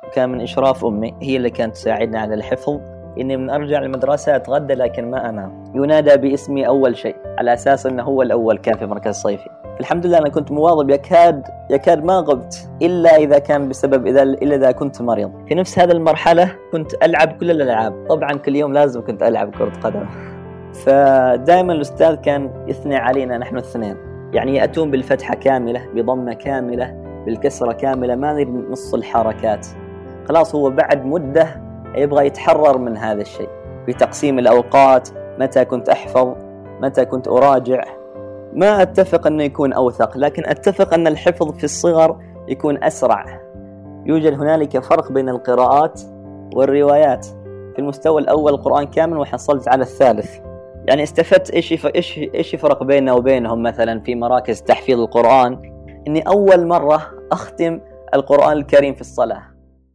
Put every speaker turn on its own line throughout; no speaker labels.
وكان من إشراف أمي، هي اللي كانت تساعدنا على الحفظ. إني من أرجع المدرسة أتغدى لكن ما أنام، ينادى باسمي أول شيء على أساس أنه هو الأول كان في مركز صيفي. الحمد لله أنا كنت مواظب، يكاد ما غبت إلا إذا كان بسبب إذا كنت مريض. في نفس هذه المرحلة كنت ألعب كل الألعاب، طبعا كل يوم لازم كنت ألعب كرة قدم. فدائما الأستاذ كان يثني علينا نحن الاثنين، يعني يأتون بالفتحة كاملة، بضمة كاملة، بالكسرة كاملة، ما نريد نص الحركات. خلاص هو بعد مدة يبغى يتحرر من هذا الشيء في تقسيم الأوقات، متى كنت أحفظ، متى كنت أراجع. ما أتفق أنه يكون أوثق، لكن أتفق أن الحفظ في الصغر يكون أسرع. يوجد هنالك فرق بين القراءات والروايات. في المستوى الأول القرآن كامل وحصلت على الثالث، يعني استفدت إيش فرق بيننا وبينهم. مثلا في مراكز تحفيظ القرآن إني أول مرة أختم القرآن الكريم في الصلاة.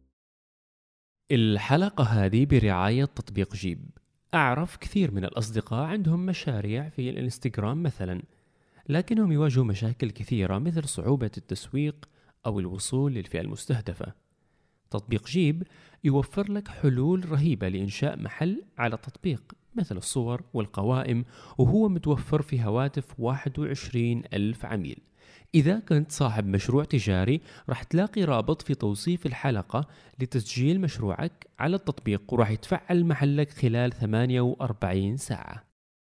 الحلقة هذه برعاية تطبيق جيب. أعرف كثير من الأصدقاء عندهم مشاريع في الانستغرام مثلا، لكنهم يواجهوا مشاكل كثيرة مثل صعوبة التسويق أو الوصول للفئة المستهدفة. تطبيق جيب يوفر لك حلول رهيبة لإنشاء محل على تطبيق، مثل الصور والقوائم، وهو متوفر في هواتف 21,000 عميل. إذا كنت صاحب مشروع تجاري راح تلاقي رابط في توصيف الحلقة لتسجيل مشروعك على التطبيق، وراح يتفعل محلك خلال 48 ساعة.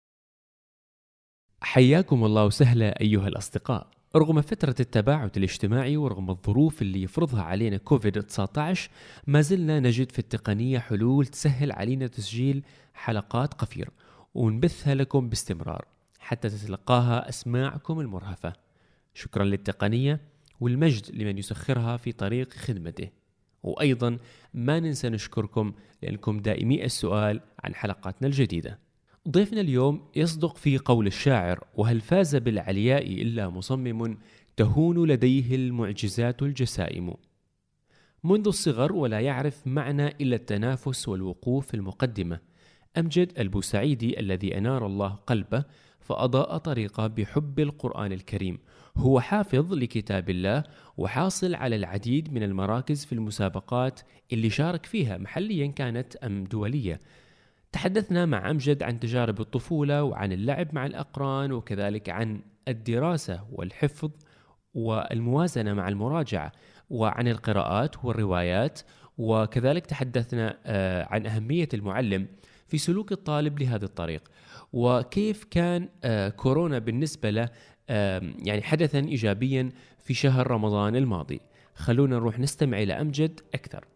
حياكم الله وسهلا أيها الأصدقاء. رغم فترة التباعد الاجتماعي ورغم الظروف اللي يفرضها علينا كوفيد-19، ما زلنا نجد في التقنية حلول تسهل علينا تسجيل حلقات قفير ونبثها لكم باستمرار حتى تتلقاها أسماعكم المرهفة. شكرا للتقنية، والمجد لمن يسخرها في طريق خدمته. وأيضا ما ننسى نشكركم لأنكم دائمي السؤال عن حلقاتنا الجديدة. ضيفنا اليوم يصدق في قول الشاعر: وهل فاز بالعلياء إلا مصمم، تهون لديه المعجزات الجسائم. منذ الصغر ولا يعرف معنى إلا التنافس والوقوف في المقدمة. أمجد البوسعيدي الذي أنار الله قلبه فأضاء طريقه بحب القرآن الكريم، هو حافظ لكتاب الله وحاصل على العديد من المراكز في المسابقات اللي شارك فيها محليا كانت أم دولية. تحدثنا مع أمجد عن تجارب الطفولة وعن اللعب مع الأقران، وكذلك عن الدراسة والحفظ والموازنة مع المراجعة، وعن القراءات والروايات، وكذلك تحدثنا عن أهمية المعلم في سلوك الطالب لهذا الطريق، وكيف كان كورونا بالنسبة له يعني حدثا إيجابيا في شهر رمضان الماضي. خلونا نروح نستمع إلى أمجد أكثر.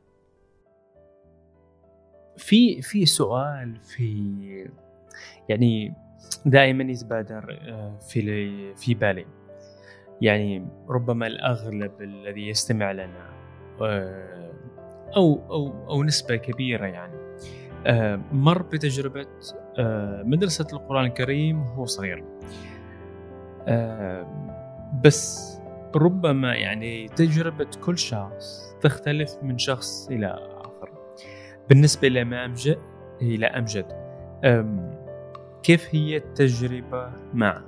في سؤال يعني دائما يتبادر في بالي، يعني ربما الأغلب الذي يستمع لنا أو نسبة كبيرة يعني مر بتجربة مدرسة القرآن الكريم وهو صغير، بس ربما يعني تجربة كل شخص تختلف من شخص إلى آخر. بالنسبة إلى أمجد كيف هي التجربة معه؟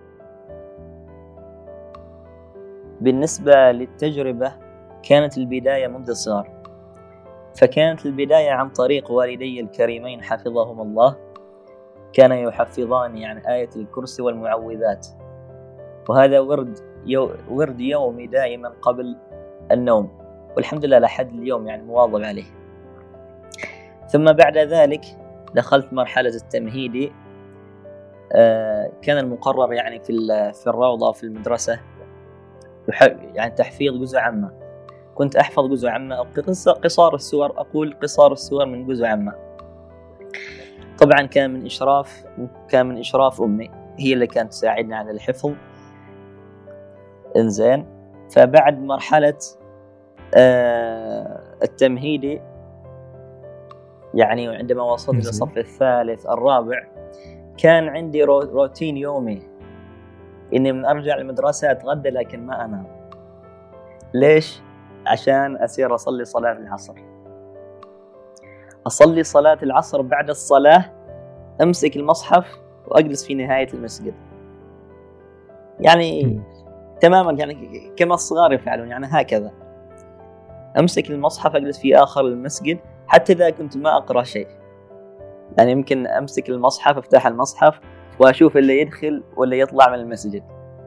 بالنسبة للتجربة كانت البداية منذ الصغر، فكانت البداية عن طريق والدي الكريمين حفظهم الله، كان يحفظان يعني آية الكرسي والمعوذات، وهذا ورد يومي دائما قبل النوم، والحمد لله لحد اليوم يعني مواظب عليه. ثم بعد ذلك دخلت مرحلة التمهيدي. كان المقرر يعني في الروضة في المدرسة يعني تحفيظ جزء عامة. كنت أحفظ جزء عامة أو قصار السور من جزء عامة. طبعا كان من إشراف أمي، هي اللي كانت تساعدنا على الحفظ. إنزين، فبعد مرحلة التمهيدي يعني عندما وصلت إلى الصف الثالث الرابع كان عندي روتين يومي إني من أرجع المدرسة أتغدى لكن ما أنام. ليش؟ عشان أسير أصلي صلاة العصر. أصلي صلاة العصر، بعد الصلاة أمسك المصحف وأجلس في نهاية المسجد، يعني تماما يعني كما الصغار يفعلون، يعني هكذا. أمسك المصحف أجلس في آخر المسجد حتى إذا كنت ما أقرأ شيء. يعني يمكن أمسك المصحف، أفتح المصحف وأشوف اللي يدخل واللي يطلع من المسجد.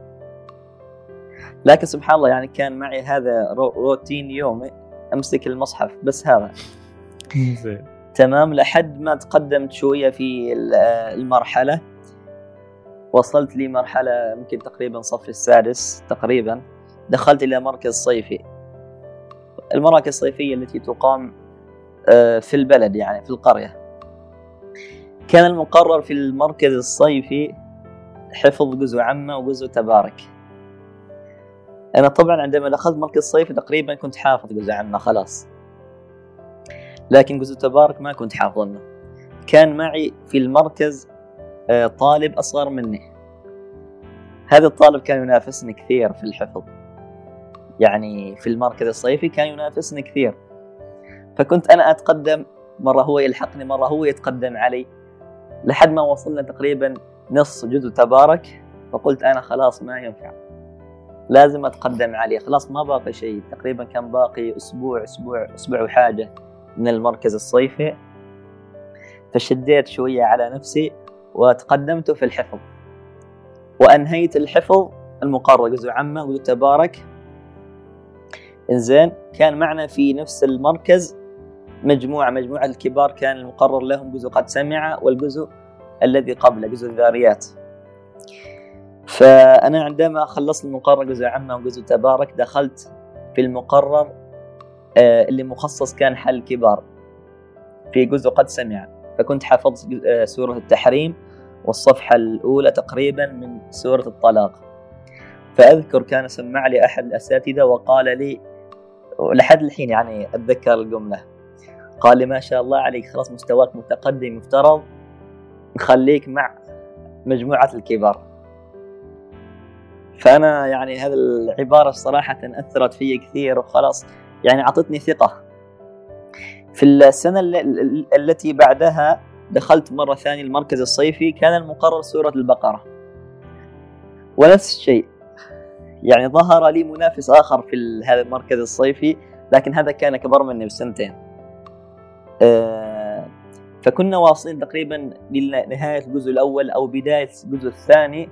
لكن سبحان الله يعني كان معي هذا روتين يومي، أمسك المصحف بس هذا تمام. لحد ما تقدمت شوية في المرحلة، وصلت لي مرحلة يمكن تقريبا صف السادس تقريبا، دخلت إلى مركز صيفي. المراكز الصيفية التي تقام في البلد يعني في القرية. كان المقرر في المركز الصيفي حفظ جزء عامة وجزء تبارك. أنا طبعا عندما دخلت مركز صيفي تقريبا كنت حافظ جزء عامة خلاص، لكن جزء تبارك ما كنت حافظنه. كان معي في المركز طالب أصغر مني. هذا الطالب كان ينافسني كثير في الحفظ، يعني في المركز الصيفي كان ينافسني كثير. فكنت أنا أتقدم، مرة هو يلحقني مرة هو يتقدم علي، لحد ما وصلنا تقريبا نص جزء تبارك. فقلت أنا خلاص ما ينفع، لازم أتقدم عليه، خلاص ما باقي شيء. تقريبا كان باقي أسبوع وحاجة من المركز الصيفي. فشديت شوية على نفسي وتقدمت في الحفظ، وأنهيت الحفظ المقرر جزء عامة وجزء تبارك. إنزين، كان معنا في نفس المركز مجموعة الكبار كان المقرر لهم جزء قد سمع، والجزء الذي قبله جزء الذاريات. فأنا عندما خلصت المقرر جزء عامة وجزء تبارك دخلت في المقرر اللي مخصص كان حل كبار في جزء قد سمع. فكنت حفظت سورة التحريم والصفحة الأولى تقريبا من سورة الطلاق. فأذكر كان سمع لي أحد الأساتذة وقال لي، لحد الحين يعني أتذكر الجملة، قال لي ما شاء الله عليك، خلاص مستواك متقدم، يفترض نخليك مع مجموعة الكبار. فأنا يعني هذه العبارة صراحة أثرت في كثير، وخلاص يعني عطتني ثقة. في السنة التي بعدها دخلت مرة ثانية المركز الصيفي، كان المقرر سورة البقرة، ونفس الشيء يعني ظهر لي منافس آخر في هذا المركز الصيفي، لكن هذا كان أكبر مني بسنتين. فكنا واصلين تقريبا لنهاية الجزء الأول أو بداية الجزء الثاني.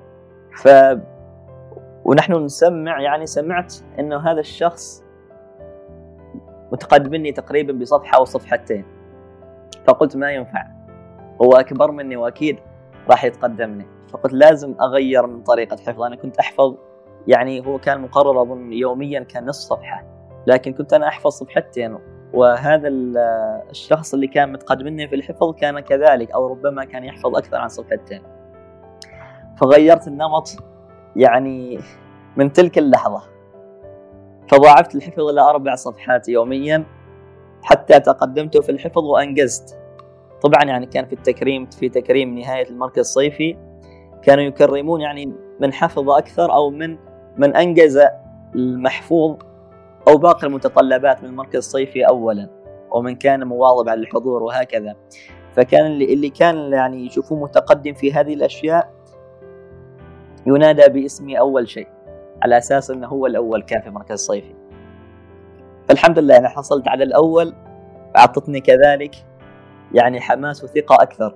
ونحن نسمع، يعني سمعت أنه هذا الشخص متقدم مني تقريبا بصفحة أو صفحتين. فقلت ما ينفع، هو أكبر مني وأكيد راح يتقدمني. فقلت لازم أغير من طريقة حفظ. أنا كنت أحفظ، يعني هو كان مقرر أظن يوميا كان نصف صفحة، لكن كنت أنا أحفظ صفحتين، وهذا الشخص اللي كان متقدم مني في الحفظ كان كذلك، أو ربما كان يحفظ أكثر عن صفحتين. فغيرت النمط يعني من تلك اللحظة، فضاعفت الحفظ إلى 4 صفحات يوميا حتى تقدمت في الحفظ وأنجزت. طبعا يعني كان في تكريم نهاية المركز الصيفي كانوا يكرمون يعني من حفظ أكثر أو من أنجز المحفوظ أو باقي المتطلبات من المركز الصيفي أولا، ومن كان مواظب على الحضور وهكذا. فكان اللي كان يعني يشوفوه متقدم في هذه الأشياء ينادى باسمي أول شيء، على أساس أنه هو الأول كان في مركز صيفي. فالحمد لله أنا حصلت على الأول، أعطتني كذلك يعني حماس وثقة أكثر.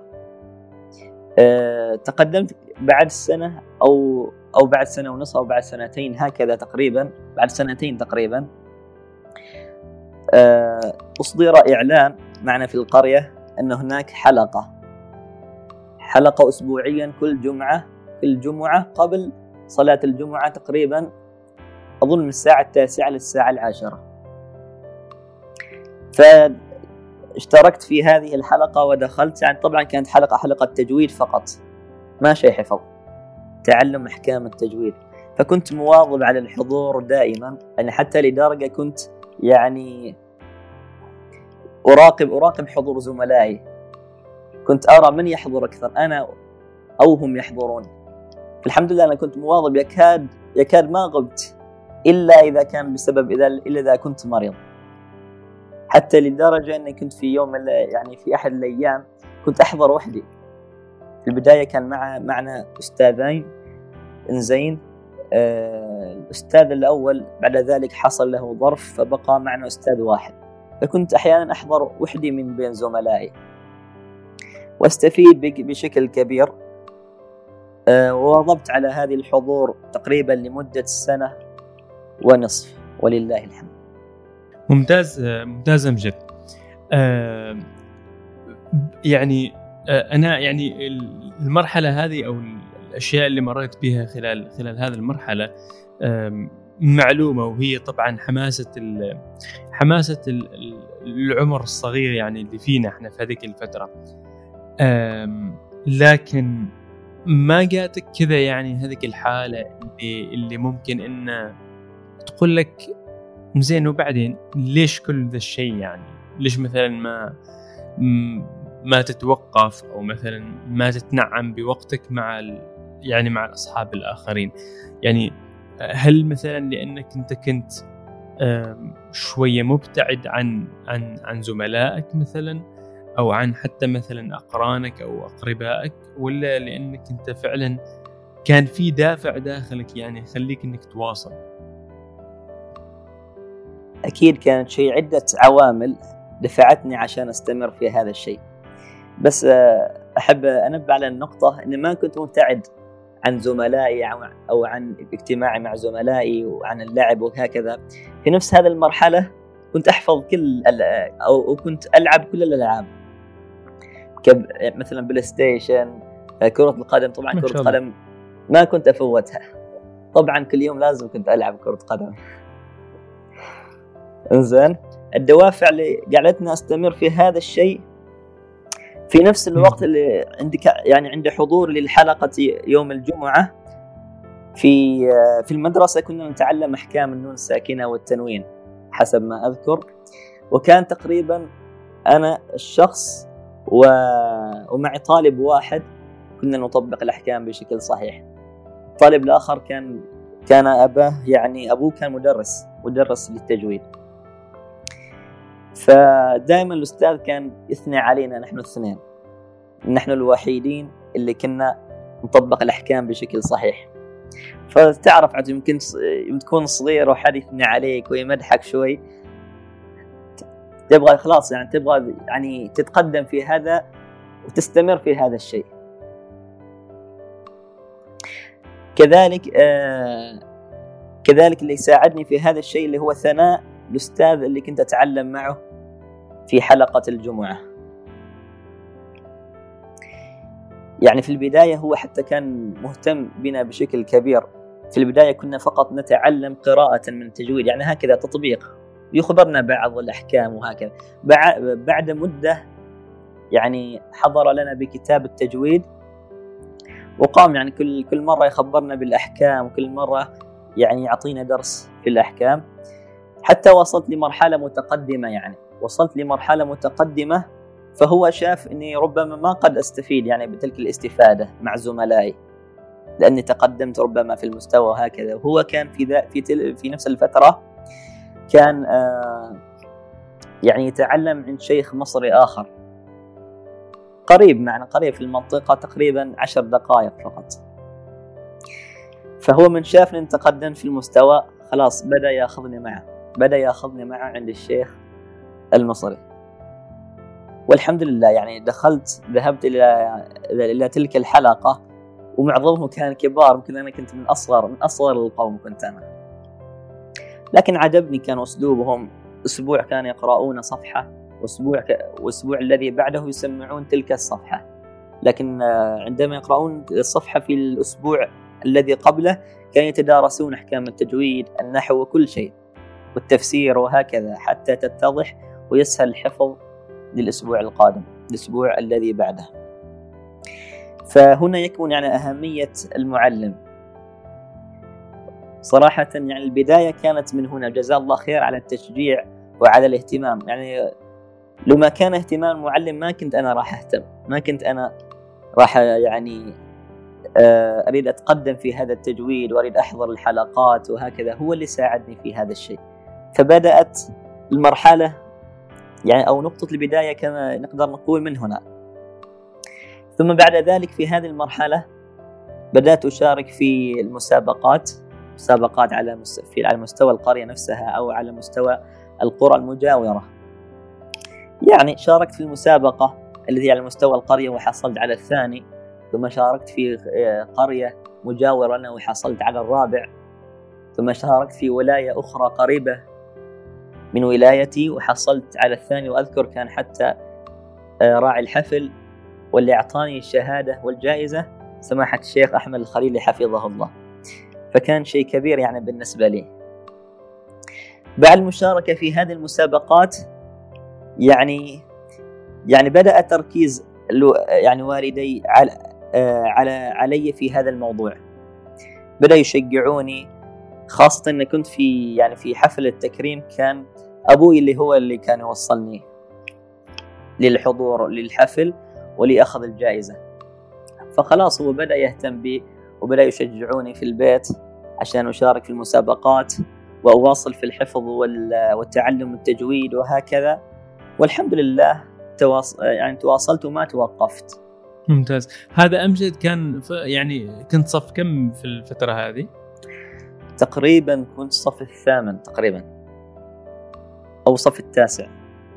تقدمت بعد سنة أو بعد سنة ونصف أو بعد سنتين هكذا تقريبا، بعد سنتين تقريبا أصدر إعلان معنا في القرية أن هناك حلقة أسبوعيا كل جمعة قبل صلاة الجمعة تقريبا، أظن من الساعة 9 للساعة 10. فاشتركت في هذه الحلقة ودخلت. يعني طبعا كانت حلقة تجويد فقط، ما شيء حفظ، تعلم أحكام التجويد. فكنت مواظب على الحضور دائما، يعني حتى لدرجة كنت يعني أراقب حضور زملائي، كنت أرى من يحضر أكثر، أنا أو هم يحضرون. الحمد لله أنا كنت مواظب، يكاد ما غبت إلا إذا كان بسبب إذا كنت مريض. حتى لدرجة أني كنت في يوم يعني في أحد الأيام كنت أحضر وحدي. في البداية كان معنا أستاذين إنزين الأستاذ الأول بعد ذلك حصل له ظرف فبقى معنا أستاذ واحد، فكنت أحيانا أحضر وحدي من بين زملائي واستفيد بشكل كبير. وواظبت على هذه الحضور تقريبا لمدة 1.5 سنة ولله الحمد.
ممتاز أمجد. يعني أنا يعني المرحلة هذه أو الأشياء اللي مريت بها خلال هذه المرحلة معلومة، وهي طبعا حماسة العمر الصغير يعني اللي فينا احنا في هذيك الفترة. لكن ما جاتك كذا يعني هذيك الحالة اللي ممكن إن تقول لك زين وبعدين ليش كل ذا الشيء؟ يعني ليش مثلا ما تتوقف أو مثلا ما تتنعم بوقتك مع الأصحاب الآخرين؟ يعني هل مثلا لأنك أنت كنت شوية مبتعد عن زملائك مثلا، أو عن حتى مثلا أقرانك أو أقربائك، ولا لأنك أنت فعلا كان في دافع داخلك يعني يخليك أنك تواصل؟
أكيد كانت شيء عدة عوامل دفعتني عشان أستمر في هذا الشيء، بس أحب أنبه على النقطة أني ما كنت مبتعد عن زملائي أو عن اجتماعي مع زملائي وعن اللعب وهكذا. في نفس هذه المرحلة كنت أحفظ أو كنت ألعب كل الألعاب، مثلا بلاي ستيشن، كرة القدم. طبعا كرة القدم ما كنت أفوتها، طبعا كل يوم لازم كنت ألعب كرة قدم. إنزين، الدوافع اللي جعلتني أستمر في هذا الشيء في نفس الوقت اللي عندي حضور للحلقة يوم الجمعة في المدرسة، كنا نتعلم أحكام النون الساكنة والتنوين حسب ما أذكر، وكان تقريبا أنا الشخص ومع طالب واحد كنا نطبق الأحكام بشكل صحيح. الطالب الآخر كان أبوه كان مدرس للتجويد، فدائما الأستاذ كان يثني علينا نحن الاثنين، نحن الوحيدين اللي كنا نطبق الأحكام بشكل صحيح. فتعرف عاد يمكن تكون صغير وحد يثني عليك ويمدحك شوي، تبغى خلاص تبغى تتقدم في هذا وتستمر في هذا الشيء. كذلك اللي يساعدني في هذا الشيء اللي هو ثناء الأستاذ اللي كنت أتعلم معه في حلقة الجمعة. يعني في البداية هو حتى كان مهتم بنا بشكل كبير. في البداية كنا فقط نتعلم قراءة من التجويد، يعني هكذا تطبيق، يخبرنا بعض الأحكام وهكذا. بعد مدة حضر لنا بكتاب التجويد، وقام كل مرة يخبرنا بالأحكام، وكل مرة يعطينا درس في الأحكام، حتى وصلت لمرحلة متقدمة. فهو شاف أني ربما ما قد أستفيد بتلك الاستفادة مع زملائي، لأني تقدمت ربما في المستوى وهكذا. وهو كان في نفس الفترة كان يتعلم عند شيخ مصري آخر قريب في المنطقة، تقريبا 10 دقائق فقط. فهو من شافني أن تقدمت في المستوى، خلاص بدأ يأخذني معه عند الشيخ المصري. والحمد لله ذهبت إلى تلك الحلقة، ومعظمهم كان كبار، يمكن أنا كنت من أصغر القوم كنت أنا. لكن عجبني كان أسلوبهم. أسبوع كان يقرؤون صفحة، وأسبوع الذي بعده يسمعون تلك الصفحة. لكن عندما يقرؤون الصفحة في الأسبوع الذي قبله كانوا يتدارسون أحكام التجويد، النحو وكل شيء، والتفسير وهكذا، حتى تتضح ويسهل الحفظ للأسبوع القادم، الأسبوع الذي بعده. فهنا يكون أهمية المعلم صراحة. البداية كانت من هنا. جزاه الله خير على التشجيع وعلى الاهتمام. لو ما كان اهتمام المعلم ما كنت أنا راح أهتم، ما كنت أنا راح أريد أتقدم في هذا التجويد وأريد أحضر الحلقات وهكذا. هو اللي ساعدني في هذا الشيء. فبدأت المرحلة أو نقطة البداية كما نقدر نقول من هنا. ثم بعد ذلك في هذه المرحلة بدأت أشارك في المسابقات مسابقات على مستوى القرية نفسها أو على مستوى القرى المجاورة. يعني شاركت في المسابقة التي على مستوى القرية وحصلت على الثاني، ثم شاركت في قرية مجاورة لنا وحصلت على الرابع، ثم شاركت في ولاية أخرى قريبة من ولايتي وحصلت على الثاني. وأذكر كان حتى راعي الحفل واللي أعطاني الشهادة والجائزة سماحة الشيخ أحمد الخليلي حفظه الله، فكان شيء كبير يعني بالنسبة لي. بعد المشاركة في هذه المسابقات يعني بدأ تركيز يعني والدي علي في هذا الموضوع، بدأ يشجعوني، خاصة أن كنت في حفل التكريم كان أبوي اللي كان يوصلني للحضور للحفل ولأخذ الجائزة، فخلاص هو بدأ يهتم بي وبدأ يشجعوني في البيت عشان أشارك في المسابقات وأواصل في الحفظ والتعلم التجويد وهكذا. والحمد لله تواصلت وما توقفت.
ممتاز. هذا أمجد كان يعني كنت صف كم في الفترة هذه؟
تقريبا كنت صف الثامن تقريبا أو صف التاسع.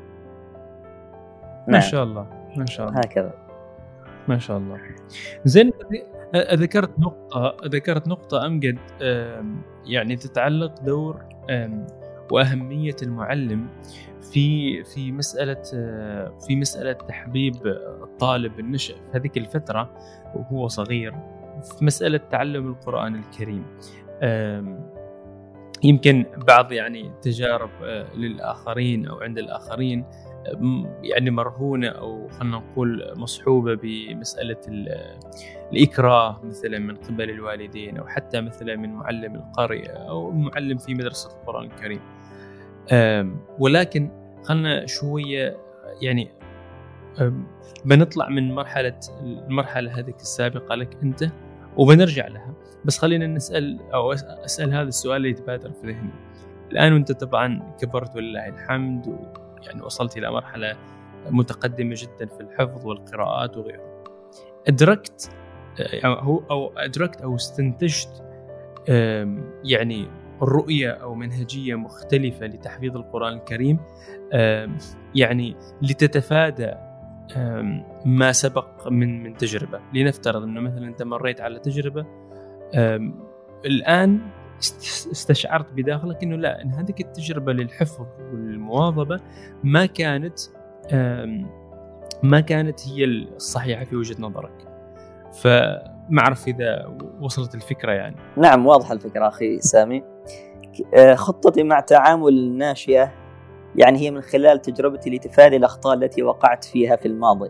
ما شاء الله ما شاء الله،
هكذا
ما شاء الله. زين، ذكرت نقطة أمجد يعني تتعلق دور وأهمية المعلم في مسألة تحبيب الطالب النشء في هذه الفترة وهو صغير في مسألة تعلم القرآن الكريم. يمكن بعض يعني تجارب للآخرين أو عند الآخرين يعني مرهونة أو خلنا نقول مصحوبة بمسألة الإكراه مثلا من قبل الوالدين أو حتى مثلا من معلم القرية أو المعلم في مدرسة القرآن الكريم. ولكن خلنا شوية يعني بنطلع من المرحلة هذه السابقة لك أنت وبنرجع لها، بس خلينا نسأل أو أسأل هذا السؤال اللي يتبادر في ذهني الآن. وأنت طبعا كبرت ولله الحمد يعني وصلت إلى مرحلة متقدمة جدا في الحفظ والقراءات وغيره، أدركت أو استنتجت يعني الرؤية أو منهجية مختلفة لتحفيظ القرآن الكريم يعني لتتفادى ما سبق من تجربة. لنفترض أنه مثلا أنت مريت على تجربة الآن استشعرت بداخلك أنه لا، إن هذه التجربة للحفظ والمواظبة ما كانت هي الصحيحة في وجهة نظرك. فما أعرف إذا وصلت الفكرة يعني.
نعم، واضحة الفكرة أخي سامي. خطتي مع تعامل الناشئة يعني هي من خلال تجربتي لتفادي الأخطاء التي وقعت فيها في الماضي.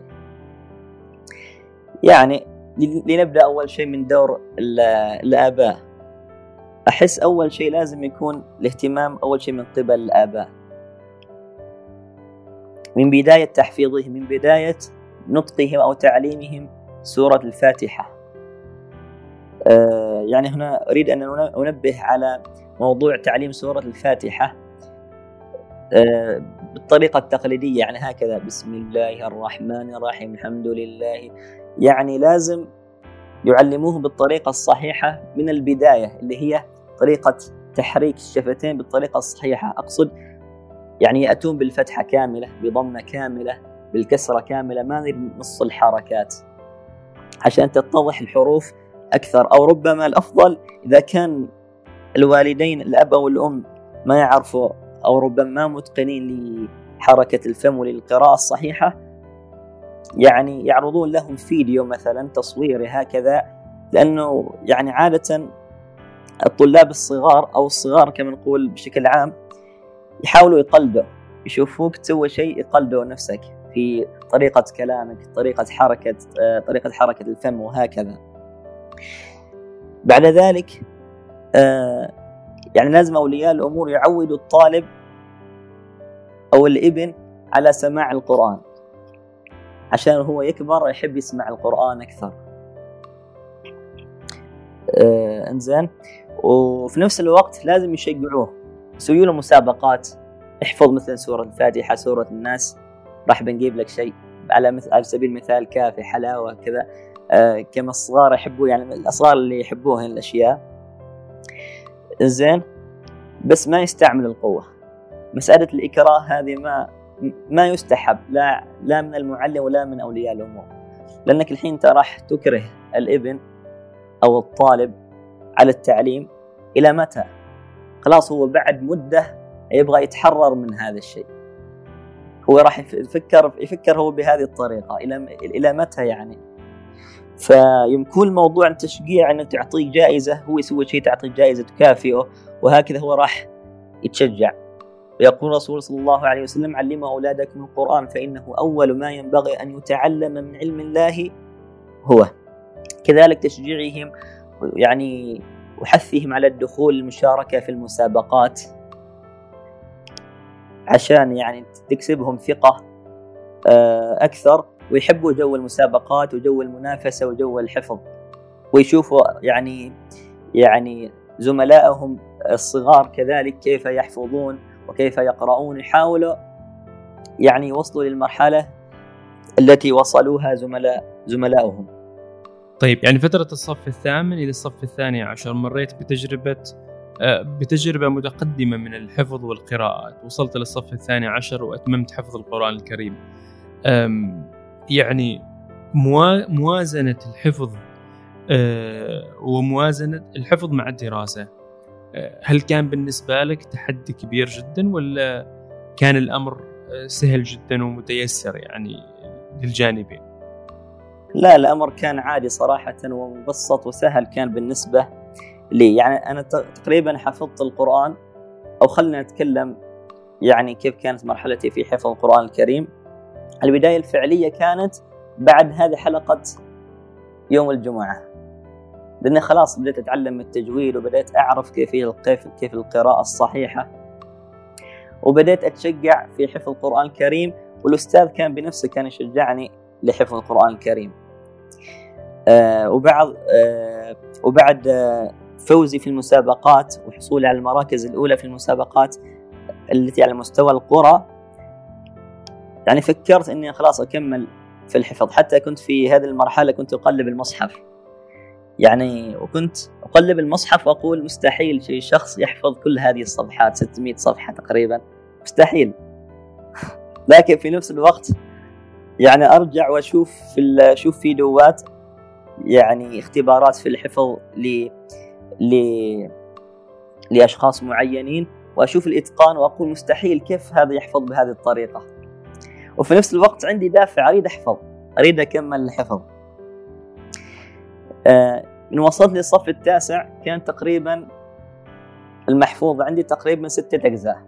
يعني لنبدأ أول شيء من دور الآباء. أحس أول شيء لازم يكون الاهتمام أول شيء من قبل الآباء، من بداية تحفيظهم، من بداية نطقهم أو تعليمهم سورة الفاتحة. يعني هنا أريد أن أنبه على موضوع تعليم سورة الفاتحة بالطريقة التقليدية، يعني هكذا بسم الله الرحمن الرحيم الحمد لله. يعني لازم يعلموه بالطريقة الصحيحة من البداية، اللي هي طريقة تحريك الشفتين بالطريقة الصحيحة. أقصد يعني يأتون بالفتحة كاملة، بضمة كاملة، بالكسرة كاملة، ما نص الحركات عشان تتضح الحروف أكثر. أو ربما الأفضل إذا كان الوالدين الأب أو الأم ما يعرفوا أو ربما متقنين لحركة الفم وللقراءة الصحيحة، يعني يعرضون لهم فيديو مثلا تصويري هكذا، لأنه يعني عادة الطلاب الصغار أو الصغار كما نقول بشكل عام يحاولوا يقلدوا، يشوفوك تسوي شيء يقلدوا نفسك في طريقة كلامك، طريقة حركة الفم وهكذا. بعد ذلك يعني لازم أولياء الأمور يعودوا الطالب أو الابن على سماع القرآن عشان هو يكبر يحب يسمع القرآن أكثر. انزين، وفي نفس الوقت لازم يشجعوه، يسوي له مسابقات، احفظ مثلا سورة الفاتحة، سورة الناس، راح بنجيب لك شيء على سبيل المثال كافي، حلاوة كذا. كما الصغار يحبوا، يعني الأصغر اللي يحبوه الأشياء. زين، بس ما يستعمل القوة. مسألة الإكراه هذه ما يستحب لا من المعلم ولا من أولياء الأمور، لأنك الحين أنت راح تكره الابن أو الطالب على التعليم إلى متى؟ خلاص هو بعد مدة يبغى يتحرر من هذا الشيء، هو راح يفكر هو بهذه الطريقة إلى متى يعني؟ فيمكن موضوع التشجيع أنك تعطيه جائزة، هو يسوي شيء تعطيه جائزة تكافئه، وهكذا هو راح يتشجع. ويقول رسول صلى الله عليه وسلم: علموا أولادكم القرآن فإنه أول ما ينبغي أن يتعلم من علم الله هو. كذلك تشجيعهم يعني وحثهم على الدخول المشاركة في المسابقات عشان يعني تكسبهم ثقة أكثر، ويحبوا جو المسابقات وجو المنافسة وجو الحفظ، ويشوفوا يعني زملائهم الصغار كذلك كيف يحفظون وكيف يقرؤون، يحاولوا يعني يوصلوا للمرحلة التي وصلوها زملائهم.
طيب، يعني فترة الصف الثامن إلى الصف الثاني عشر مريت بتجربة متقدمة من الحفظ والقراءات، وصلت للصف الثاني عشر وأتممت حفظ القرآن الكريم. يعني موازنة الحفظ وموازنة الحفظ مع الدراسة، هل كان بالنسبة لك تحدي كبير جدا ولا كان الأمر سهل جدا ومتيسر يعني للجانبين؟
لا، الأمر كان عادي صراحة ومبسط وسهل كان بالنسبة لي. يعني أنا تقريبا حفظت القرآن، أو خلنا نتكلم يعني كيف كانت مرحلتي في حفظ القرآن الكريم. البداية الفعلية كانت بعد هذه حلقة يوم الجمعة، لأني خلاص بدأت أتعلم التجويد وبدأت أعرف كيف القراءة الصحيحة، وبدأت أتشجع في حفظ القرآن الكريم، والأستاذ كان بنفسه كان يشجعني لحفظ القرآن الكريم. وبعد فوزي في المسابقات وحصولي على المراكز الأولى في المسابقات التي على مستوى القرى، يعني فكرت أني خلاص أكمل في الحفظ. حتى كنت في هذه المرحلة كنت أقلب المصحف، يعني وكنت أقلب المصحف وأقول مستحيل شيء شخص يحفظ كل هذه الصفحات، 600 صفحة تقريبا، مستحيل. لكن في نفس الوقت يعني أرجع وأشوف شوف فيديوهات يعني اختبارات في الحفظ لأشخاص معينين، وأشوف الإتقان وأقول مستحيل كيف هذا يحفظ بهذه الطريقة. وفي نفس الوقت عندي دافع، أريد أحفظ، أريد أكمل الحفظ. من وصلت للصف التاسع كان تقريبا المحفوظ عندي تقريبا 6 أجزاء.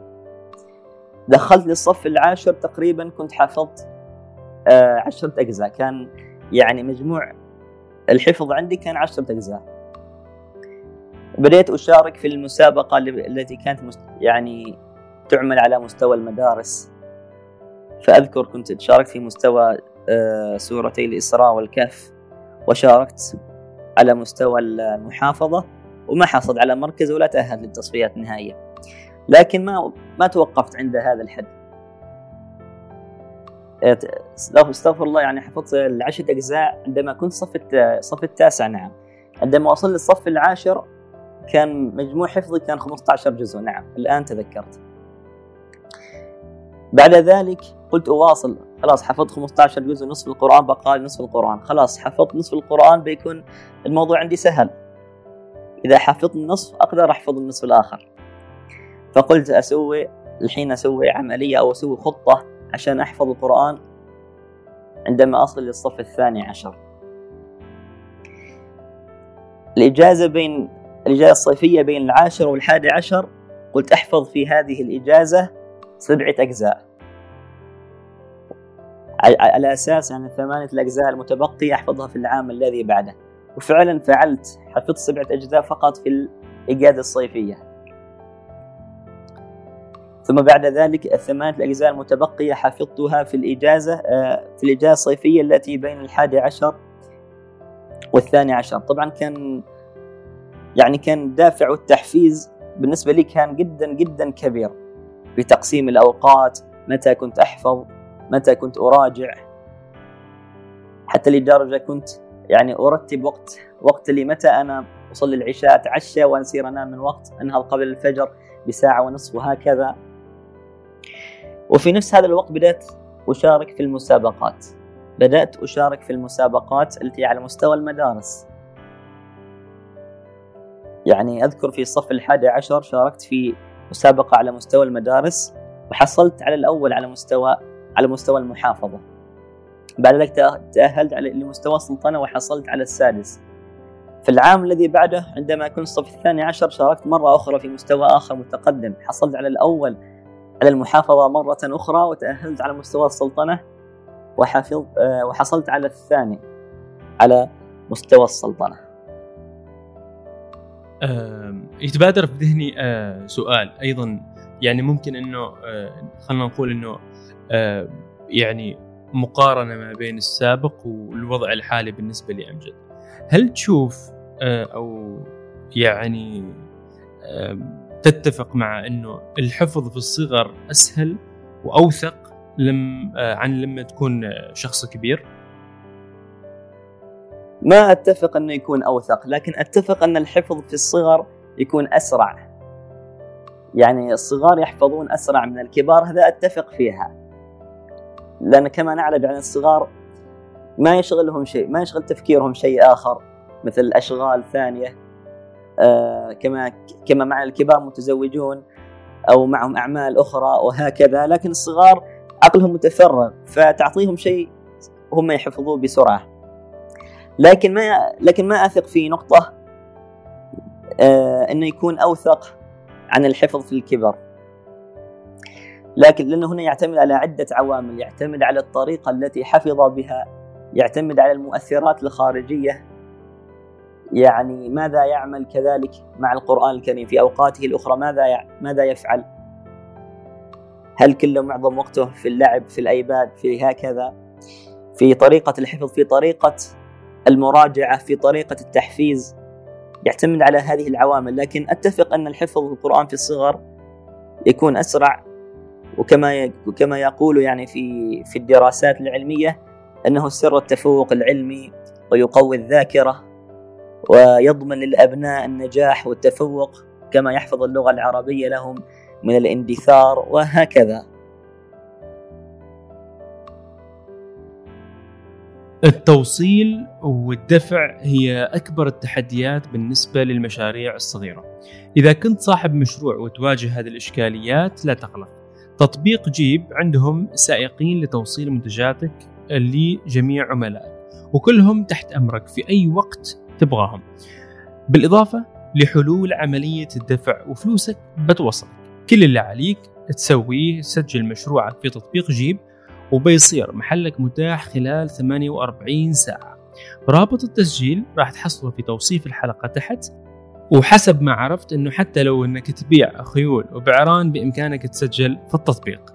دخلت للصف العاشر تقريبا كنت حفظت 10 أجزاء، كان يعني مجموع الحفظ عندي كان 10 أجزاء. بديت أشارك في المسابقة التي كانت يعني تعمل على مستوى المدارس، فأذكر كنت شاركت في مستوى سورتي الإسراء والكهف، وشاركت على مستوى المحافظة، وما حصلت على مركز ولا تأهلت للتصفيات النهائية. لكن ما توقفت عند هذا الحد. استغفر الله، يعني حفظت 10 أجزاء عندما كنت صف التاسع. نعم، عندما وصل للصف العاشر كان مجموع حفظي كان 15 جزء. نعم، الآن تذكرت. بعد ذلك قلت أواصل، خلاص حفظت 15 جزء، نصف القرآن، بقى نصف القرآن، خلاص حفظت نصف القرآن بيكون الموضوع عندي سهل. إذا حفظت النصف أقدر أحفظ النصف الآخر. فقلت أسوي عملية أو أسوي خطة عشان أحفظ القرآن عندما أصل للصف الثاني عشر. الإجازة الصيفية بين 10 و11 قلت أحفظ في هذه الإجازة 7 أجزاء، على أساس يعني 8 الأجزاء المتبقية أحفظها في العام الذي بعده. وفعلا فعلت، حفظت 7 أجزاء فقط في الإجازة الصيفية. ثم بعد ذلك 8 الأجزاء المتبقية حفظتها في الإجازة الصيفية التي بين 11 و12. طبعا كان دافع التحفيز بالنسبة لي كان جدا جدا كبير، بتقسيم الأوقات، متى كنت أحفظ، متى كنت أراجع، حتى لدرجة كنت يعني أرتب وقت لي متى أنا أصلي العشاء، أتعشى وأنسير أنام من وقت، أنهض قبل الفجر بساعة ونصف وهكذا. وفي نفس هذا الوقت بدأت أشارك في المسابقات، التي على مستوى المدارس. يعني أذكر في الصف 11 شاركت في مسابقة على مستوى المدارس، وحصلت على الأول على مستوى المحافظة. بعد ذلك تأهلت لمستوى السلطنة وحصلت على السادس. في العام الذي بعده عندما كنت الصف 12 شاركت مرة أخرى في مستوى آخر متقدم، حصلت على الأول على المحافظة مرة أخرى، وتأهلت على مستوى السلطنة وحصلت على الثاني على مستوى السلطنة.
يتبادر في ذهني سؤال أيضا، يعني ممكن أنه خلنا نقول أنه يعني مقارنة ما بين السابق والوضع الحالي بالنسبة لأمجد. هل تشوف أو يعني تتفق مع أنه الحفظ في الصغر أسهل وأوثق عن لما تكون شخص كبير؟
ما أتفق أنه يكون أوثق، لكن أتفق أن الحفظ في الصغر يكون أسرع. يعني الصغار يحفظون أسرع من الكبار، هذا أتفق فيها، لأن كما نعلم عن الصغار ما يشغلهم شيء، ما يشغل تفكيرهم شيء آخر مثل أشغال ثانية، كما مع الكبار متزوجون أو معهم أعمال أخرى وهكذا. لكن الصغار عقلهم متفرغ، فتعطيهم شيء هم يحفظوه بسرعة. لكن ما أثق في نقطة أنه يكون أوثق عن الحفظ في الكبر، لكن لأنه هنا يعتمد على عدة عوامل، يعتمد على الطريقة التي حفظ بها، يعتمد على المؤثرات الخارجية، يعني ماذا يعمل كذلك مع القرآن الكريم في أوقاته الأخرى، ماذا يفعل، هل كله معظم وقته في اللعب، في الأيباد، في هكذا، في طريقة الحفظ، في طريقة المراجعة، في طريقة التحفيز، يعتمد على هذه العوامل. لكن أتفق أن الحفظ القرآن في الصغر يكون أسرع، وكما يقول يعني في الدراسات العلمية أنه سر التفوق العلمي، ويقوي الذاكرة، ويضمن للأبناء النجاح والتفوق، كما يحفظ اللغة العربية لهم من الاندثار وهكذا.
التوصيل والدفع هي أكبر التحديات بالنسبة للمشاريع الصغيرة. إذا كنت صاحب مشروع وتواجه هذه الإشكاليات لا تقلق، تطبيق جيب عندهم سائقين لتوصيل منتجاتك لجميع عملائك، وكلهم تحت أمرك في أي وقت تبغاهم، بالإضافة لحلول عملية الدفع، وفلوسك بتوصلك. كل اللي عليك تسويه تسجل مشروعك في تطبيق جيب، وبيصير محلك متاح خلال 48 ساعة. رابط التسجيل راح تحصله في توصيف الحلقة تحت، وحسب ما عرفت أنه حتى لو أنك تبيع خيول وبعران بإمكانك تسجل في التطبيق.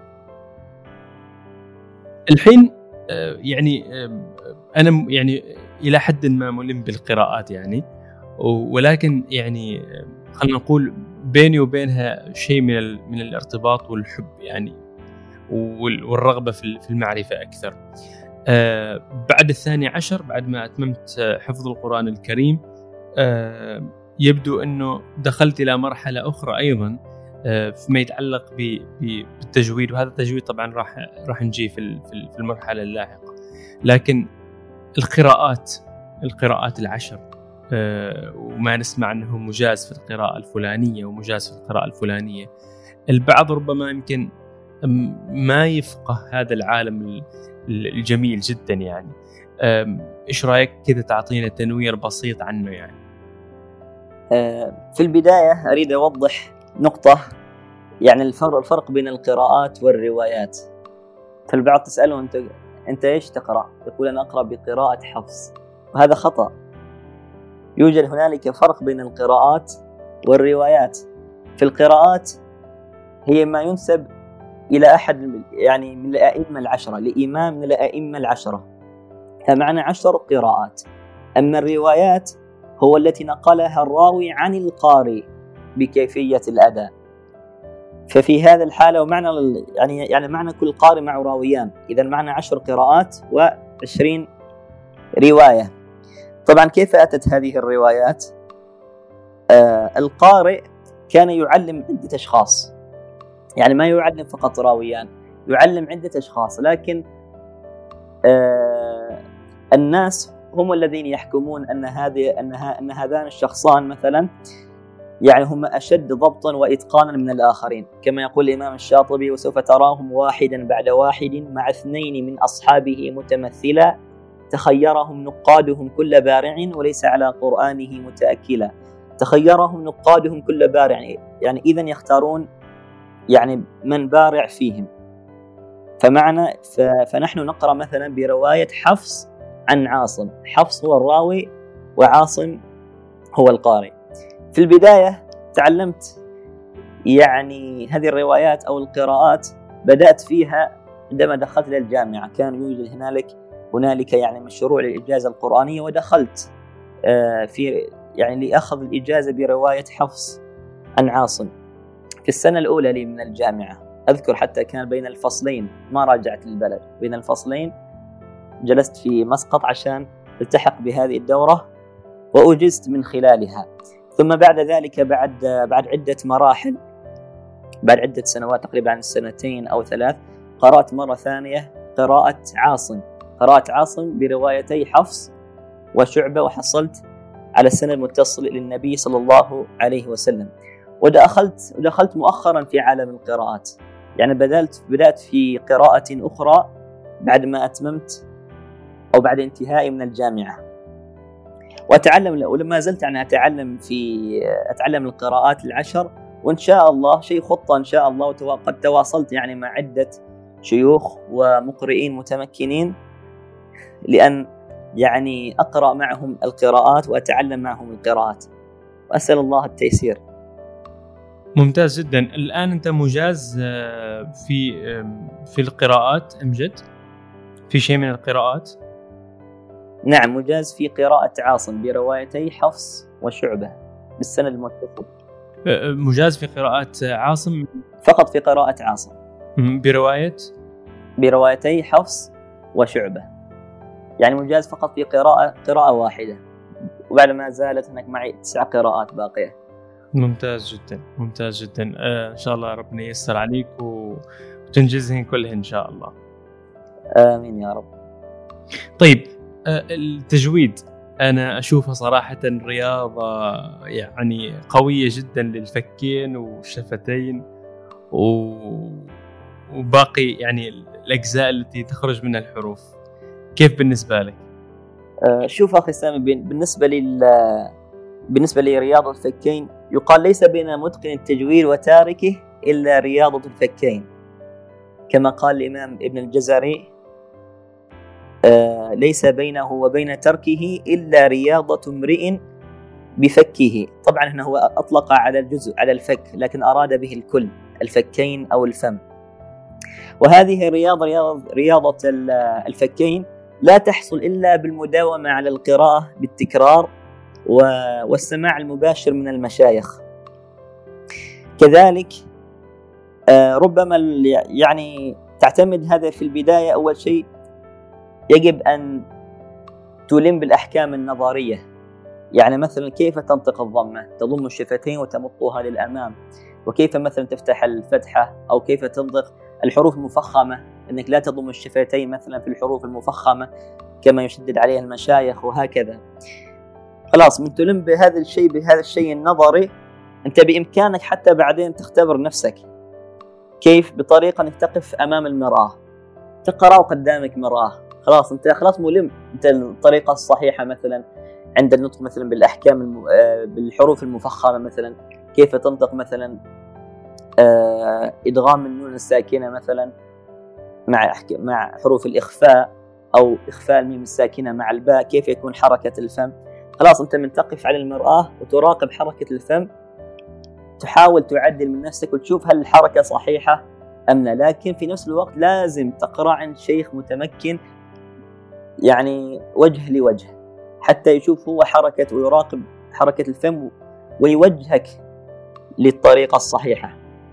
الحين يعني أنا يعني إلى حد ما ملم بالقراءات يعني، ولكن يعني خلنا نقول بيني وبينها شيء من الارتباط والحب يعني، والرغبة في المعرفة أكثر. بعد 12 بعد ما أتممت حفظ القرآن الكريم، يبدو أنه دخلت إلى مرحلة أخرى أيضا فيما يتعلق بالتجويد، وهذا التجويد طبعا راح نجي في المرحلة اللاحقة. لكن القراءات 10 وما نسمع أنه مجاز في القراءة الفلانية ومجاز في القراءة الفلانية، البعض ربما يمكن ما يفقه هذا العالم الجميل جدا يعني. إيش رأيك كذا تعطينا تنوير بسيط عنه يعني؟
في البداية أريد أوضح نقطة، يعني الفرق بين القراءات والروايات. فالبعض تسأله أنت إيش تقرأ؟ يقول أنا أقرأ بقراءة حفص، وهذا خطأ. يوجد هنالك فرق بين القراءات والروايات. في القراءات هي ما ينسب إلى أحد يعني من الأئمة 10، لإمام من الأئمة 10، فمعنى 10 قراءات. أما الروايات هو التي نقلها الراوي عن القارئ بكيفية الأداء. ففي هذا الحالة ومعنى يعني معنى كل قارئ مع راويان، إذا معنى 10 قراءات و20 رواية. طبعا كيف أتت هذه الروايات؟ القارئ كان يعلم عدة أشخاص، يعني ما يعلم فقط راويان، يعلم عدة أشخاص، لكن الناس هم الذين يحكمون أن هذان الشخصان مثلا يعني هم أشد ضبطا وإتقانا من الآخرين، كما يقول الإمام الشاطبي: وسوف تراهم واحدا بعد واحد مع اثنين من أصحابه متمثلا، تخيرهم نقادهم كل بارع وليس على قرآنه متأكلا. تخيرهم نقادهم كل بارع، يعني إذن يختارون يعني من بارع فيهم. فنحن نقرأ مثلا برواية حفص عن عاصم، حفص هو الراوي وعاصم هو القارئ. في البداية تعلمت يعني هذه الروايات أو القراءات، بدأت فيها عندما دخلت إلى الجامعة، كان يوجد هنالك يعني مشروع للإجازة القرآنية، ودخلت في يعني لأخذ الإجازة برواية حفص عن عاصم في السنة الأولى لي من الجامعة. أذكر حتى كان بين الفصلين ما راجعت البلد، بين الفصلين جلست في مسقط عشان التحق بهذه الدورة وأجزت من خلالها. ثم بعد ذلك بعد عدة مراحل، بعد عدة سنوات تقريبا عن 2 أو 3، قرأت مرة ثانية قراءة عاصم بروايتي حفص وشعبة، وحصلت على السنة المتصل للنبي صلى الله عليه وسلم. ودخلت مؤخرا في عالم القراءات، يعني بدأت في قراءة أخرى بعد ما أتممت أو بعد انتهائي من الجامعة، وأتعلم، ولما زلت يعني أتعلم القراءات 10، وإن شاء الله شيء خطة إن شاء الله. وقد تواصلت يعني مع عدة شيوخ ومقرئين متمكنين لأن يعني أقرأ معهم القراءات وأتعلم معهم القراءات، وأسأل الله التيسير.
ممتاز جدا. الآن أنت مجاز في القراءات أم جد؟ في شيء من القراءات؟
نعم، مجاز في قراءة عاصم بروايتي حفص وشعبة بالسند المتصل.
مجاز في قراءة عاصم؟
فقط في قراءة عاصم بروايتي حفص وشعبة، يعني مجاز فقط في قراءة واحدة، وبعد ما زالت هناك معي 9 قراءات باقية.
ممتاز جدا، ممتاز جدا. إن شاء الله ربنا ييسر عليك وتنجزهن كلهن إن شاء الله.
آمين يا رب.
طيب، التجويد أنا أشوفها صراحة رياضة يعني قوية جدا للفكين والشفتين وباقي يعني الأجزاء التي تخرج منها الحروف. كيف بالنسبة لك؟
شوف أخي سامي، بالنسبة لرياضة الفكين يقال ليس بين متقن التجويد وتاركه إلا رياضة الفكين، كما قال الإمام ابن الجزري: ليس بينه وبين تركه إلا رياضة امرئ بفكه. طبعا هنا هو أطلق على الجزء على الفك، لكن أراد به الكل، الفكين أو الفم. وهذه رياضة الفكين لا تحصل إلا بالمداومة على القراءة بالتكرار والسماع المباشر من المشايخ. كذلك ربما يعني تعتمد هذا في البداية. أول شيء يجب أن تلم بالأحكام النظرية، يعني مثلا كيف تنطق الضمة، تضم الشفتين وتمطها للأمام، وكيف مثلا تفتح الفتحة، أو كيف تنطق الحروف المفخمة، أنك لا تضم الشفتين مثلا في الحروف المفخمة كما يشدد عليها المشايخ، وهكذا. خلاص، من تلم بهذا الشيء النظري، أنت بإمكانك حتى بعدين تختبر نفسك كيف، بطريقة أنك تقف أمام المرآة، تقرأ قدامك مرآة، خلاص أنت ملم، أنت الطريقة الصحيحة مثلا عند النطق مثلا بالأحكام بالحروف المفخمة، مثلا كيف تنطق مثلا إدغام النون الساكنة مثلا مع حروف الإخفاء، أو إخفاء الميم الساكنة مع الباء، كيف يكون حركة الفم. خلاص أنت من تقف على المرآة وتراقب حركة الفم، تحاول تعدل من نفسك وتشوف هل الحركة صحيحة أم لا. لكن في نفس الوقت لازم تقرأ عند شيخ متمكن، يعني وجه لوجه، حتى يشوف هو حركة ويراقب حركة الفم ويوجهك للطريقة الصحيحة.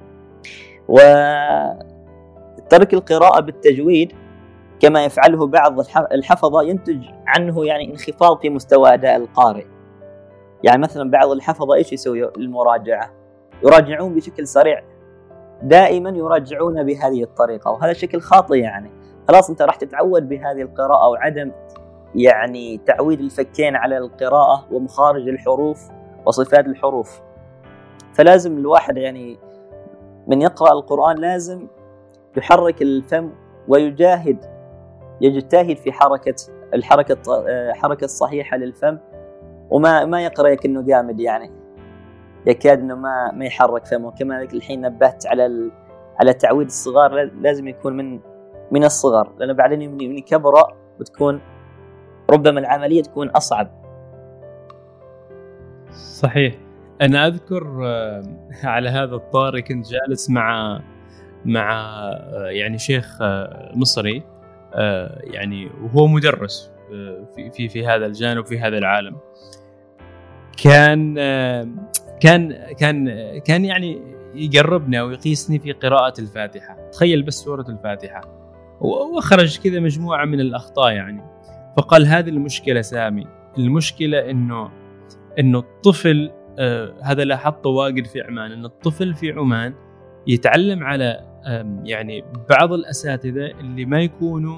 وترك القراءة بالتجويد كما يفعله بعض الحفظة ينتج عنه يعني انخفاض في مستوى أداء القارئ. يعني مثلا بعض الحفظة إيش يسوي المراجعة؟ يراجعون بشكل سريع، دائما يراجعون بهذه الطريقة، وهذا شكل خاطئ. يعني خلاص أنت راح تتعود بهذه القراءة، وعدم يعني تعويد الفكين على القراءة ومخارج الحروف وصفات الحروف. فلازم الواحد يعني من يقرأ القرآن لازم يحرك الفم ويجتهد في حركة الصحيحة للفم، وما يقرأ يكنه جامد، يعني يكاد انه ما يحرك فمه. كما الحين نبهت على تعويد الصغار، لازم يكون من الصغر، لأنه بعدين من كبره وتكون ربما العملية تكون أصعب.
صحيح. أنا أذكر على هذا الطاري كنت جالس مع يعني شيخ مصري، يعني وهو مدرس في هذا الجانب في هذا العالم. كان يعني يقربنا ويقيسني في قراءة الفاتحة. تخيل بس سورة الفاتحة، وأخرج كذا مجموعة من الأخطاء يعني. فقال هذه المشكلة سامي، المشكلة إنه الطفل هذا لاحظته واجد في عمان، إن الطفل في عمان يتعلم على يعني بعض الأساتذة اللي ما يكونوا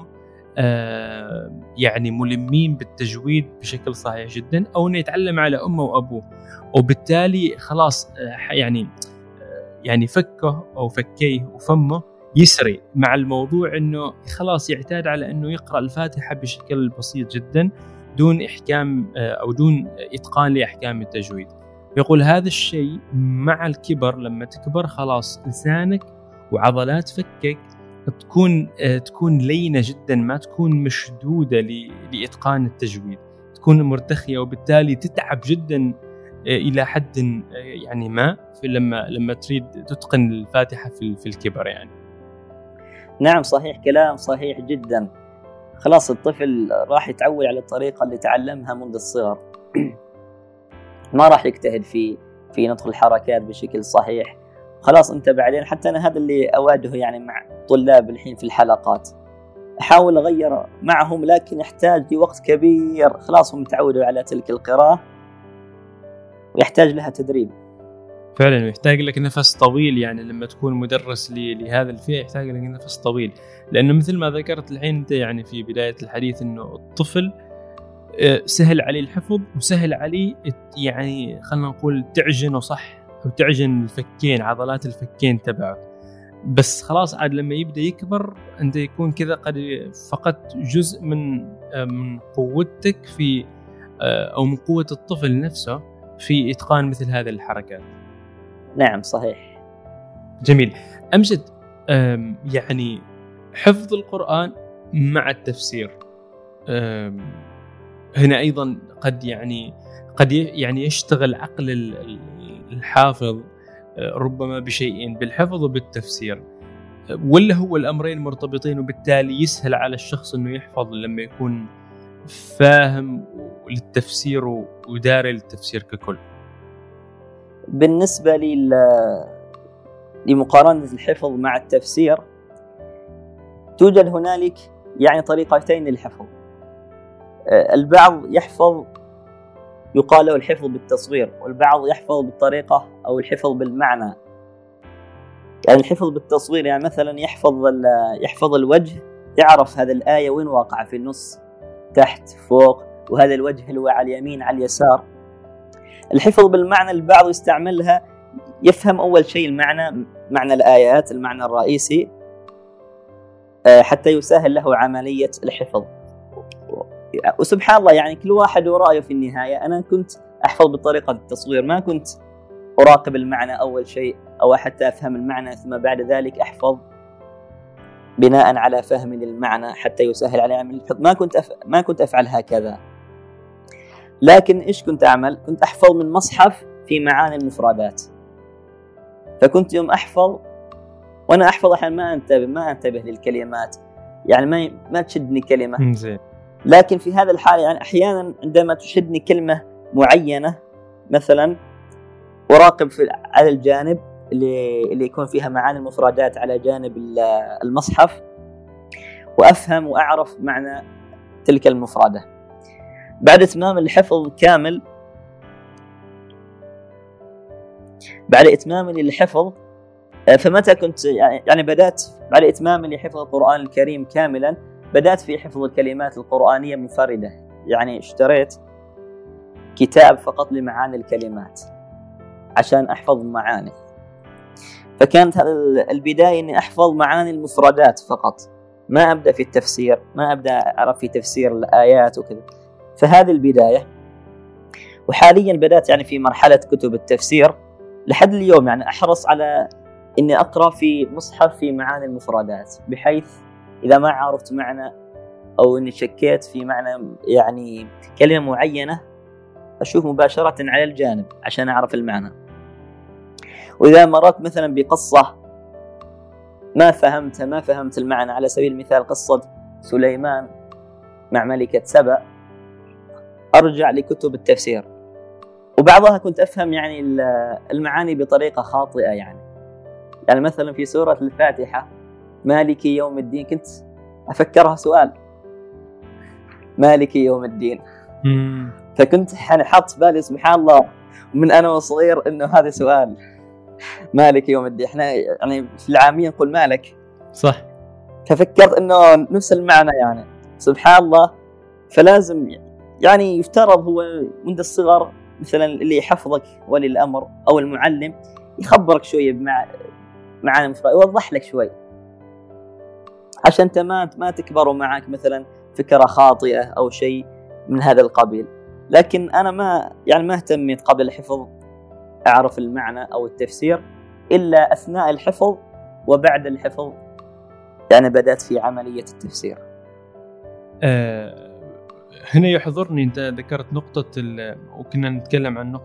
يعني ملمين بالتجويد بشكل صحيح جدا، أو إنه يتعلم على أمه وأبوه، وبالتالي خلاص يعني فكه أو فكيه وفمه يسري مع الموضوع، إنه خلاص يعتاد على إنه يقرأ الفاتحة بشكل بسيط جدا دون إحكام أو دون إتقان لأحكام التجويد. يقول هذا الشيء مع الكبر، لما تكبر خلاص لسانك وعضلات فكك تكون لينة جدا، ما تكون مشدودة لإتقان التجويد، تكون مرتخية، وبالتالي تتعب جدا إلى حد يعني ما لما تريد تتقن الفاتحة في الكبر يعني.
نعم صحيح، كلام صحيح جدا. خلاص الطفل راح يتعود على الطريقة اللي تعلمها منذ الصغر، ما راح يجتهد في نطق الحركات بشكل صحيح. خلاص أنت بعدين، حتى أنا هذا اللي أواجهه يعني مع طلاب الحين في الحلقات، أحاول أغير معهم، لكن يحتاج لي وقت كبير. خلاص هم تعودوا على تلك القراءة ويحتاج لها تدريب.
فعلا يحتاج لك نفس طويل، يعني لما تكون مدرس لهذا الفئة يحتاج لك نفس طويل، لأنه مثل ما ذكرت الحين أنت يعني في بداية الحديث، إنه الطفل سهل عليه الحفظ وسهل عليه يعني خلنا نقول تعجنه صح، أو تعجن الفكين، عضلات الفكين تبعه. بس خلاص عاد لما يبدأ يكبر أنت يكون كذا قد فقدت جزء من قوتك في أو من قوة الطفل نفسه في إتقان مثل هذه الحركات.
نعم صحيح.
جميل. أمجد، يعني حفظ القرآن مع التفسير هنا أيضا قد يعني يشتغل عقل الحافظ ربما بشيئين، بالحفظ وبالتفسير، ولا هو الأمرين مرتبطين، وبالتالي يسهل على الشخص أنه يحفظ لما يكون فاهم للتفسير وداري للتفسير ككل؟
بالنسبة لمقارنة الحفظ مع التفسير، توجد هنالك يعني طريقتين للحفظ. البعض يحفظ يقال له الحفظ بالتصوير، والبعض يحفظ بالطريقة أو الحفظ بالمعنى. يعني الحفظ بالتصوير يعني مثلا يحفظ الوجه، يعرف هذا الآية وين واقع، في النص، تحت، فوق، وهذا الوجه اللي هو على اليمين على اليسار. الحفظ بالمعنى البعض يستعملها، يفهم أول شيء معنى الآيات، المعنى الرئيسي، حتى يسهل له عملية الحفظ. وسبحان الله يعني كل واحد ورأيه في النهاية. أنا كنت أحفظ بطريقة التصوير، ما كنت أراقب المعنى أول شيء أو حتى أفهم المعنى ثم بعد ذلك أحفظ بناء على فهم للمعنى حتى يسهل على عمل الحفظ. ما كنت أفعل هكذا. لكن إيش كنت أعمل؟ كنت أحفظ من مصحف في معاني المفردات. فكنت يوم أحفظ وأنا أحفظ أحيانا ما أنتبه للكلمات، يعني ما تشدني كلمة. لكن في هذا الحال يعني أحيانا عندما تشدني كلمة معينة مثلا، أراقب على الجانب اللي يكون فيها معاني المفردات على جانب المصحف، وأفهم وأعرف معنى تلك المفردة. بعد إتمام الحفظ كامل بعد إتمامي للحفظ. فمتى كنت يعني بدأت بعد إتمامي لحفظ القرآن الكريم كاملا، بدأت في حفظ الكلمات القرآنية منفردة. يعني اشتريت كتاب فقط لمعاني الكلمات عشان أحفظ معاني. فكانت البداية إني أحفظ معاني المفردات فقط، ما أبدأ في التفسير، ما أبدأ أعرف في تفسير الآيات وكذا. فهذه البداية. وحاليا بدأت يعني في مرحلة كتب التفسير لحد اليوم، يعني أحرص على إني أقرأ في مصحف في معاني المفردات، بحيث إذا ما عرفت معنى أو إني شكيت في معنى يعني كلمة معينة أشوف مباشرة على الجانب عشان أعرف المعنى. وإذا مررت مثلا بقصة ما فهمت المعنى، على سبيل المثال قصة سليمان مع ملكة سبأ، أرجع لكتب التفسير، وبعضها كنت أفهم يعني المعاني بطريقة خاطئة. يعني مثلا في سورة الفاتحة مالك يوم الدين كنت أفكرها سؤال مالك يوم الدين، فكنت حاط بالي سبحان الله من أنا وصغير إنه هذا سؤال مالك يوم الدين، إحنا يعني في العامية نقول مالك
صح.
ففكرت إنه نفس المعنى يعني سبحان الله. فلازم يعني يفترض هو منذ الصغر مثلا اللي يحفظك ولي الأمر أو المعلم يخبرك شوية بمعنى يوضح لك شوي عشان انت ما تكبروا معك مثلا فكرة خاطئة أو شيء من هذا القبيل. لكن أنا ما اهتميت قبل الحفظ أعرف المعنى أو التفسير إلا أثناء الحفظ، وبعد الحفظ يعني بدأت في عملية التفسير.
هنا يحضرني أنت ذكرت نقطة وكنا نتكلم عن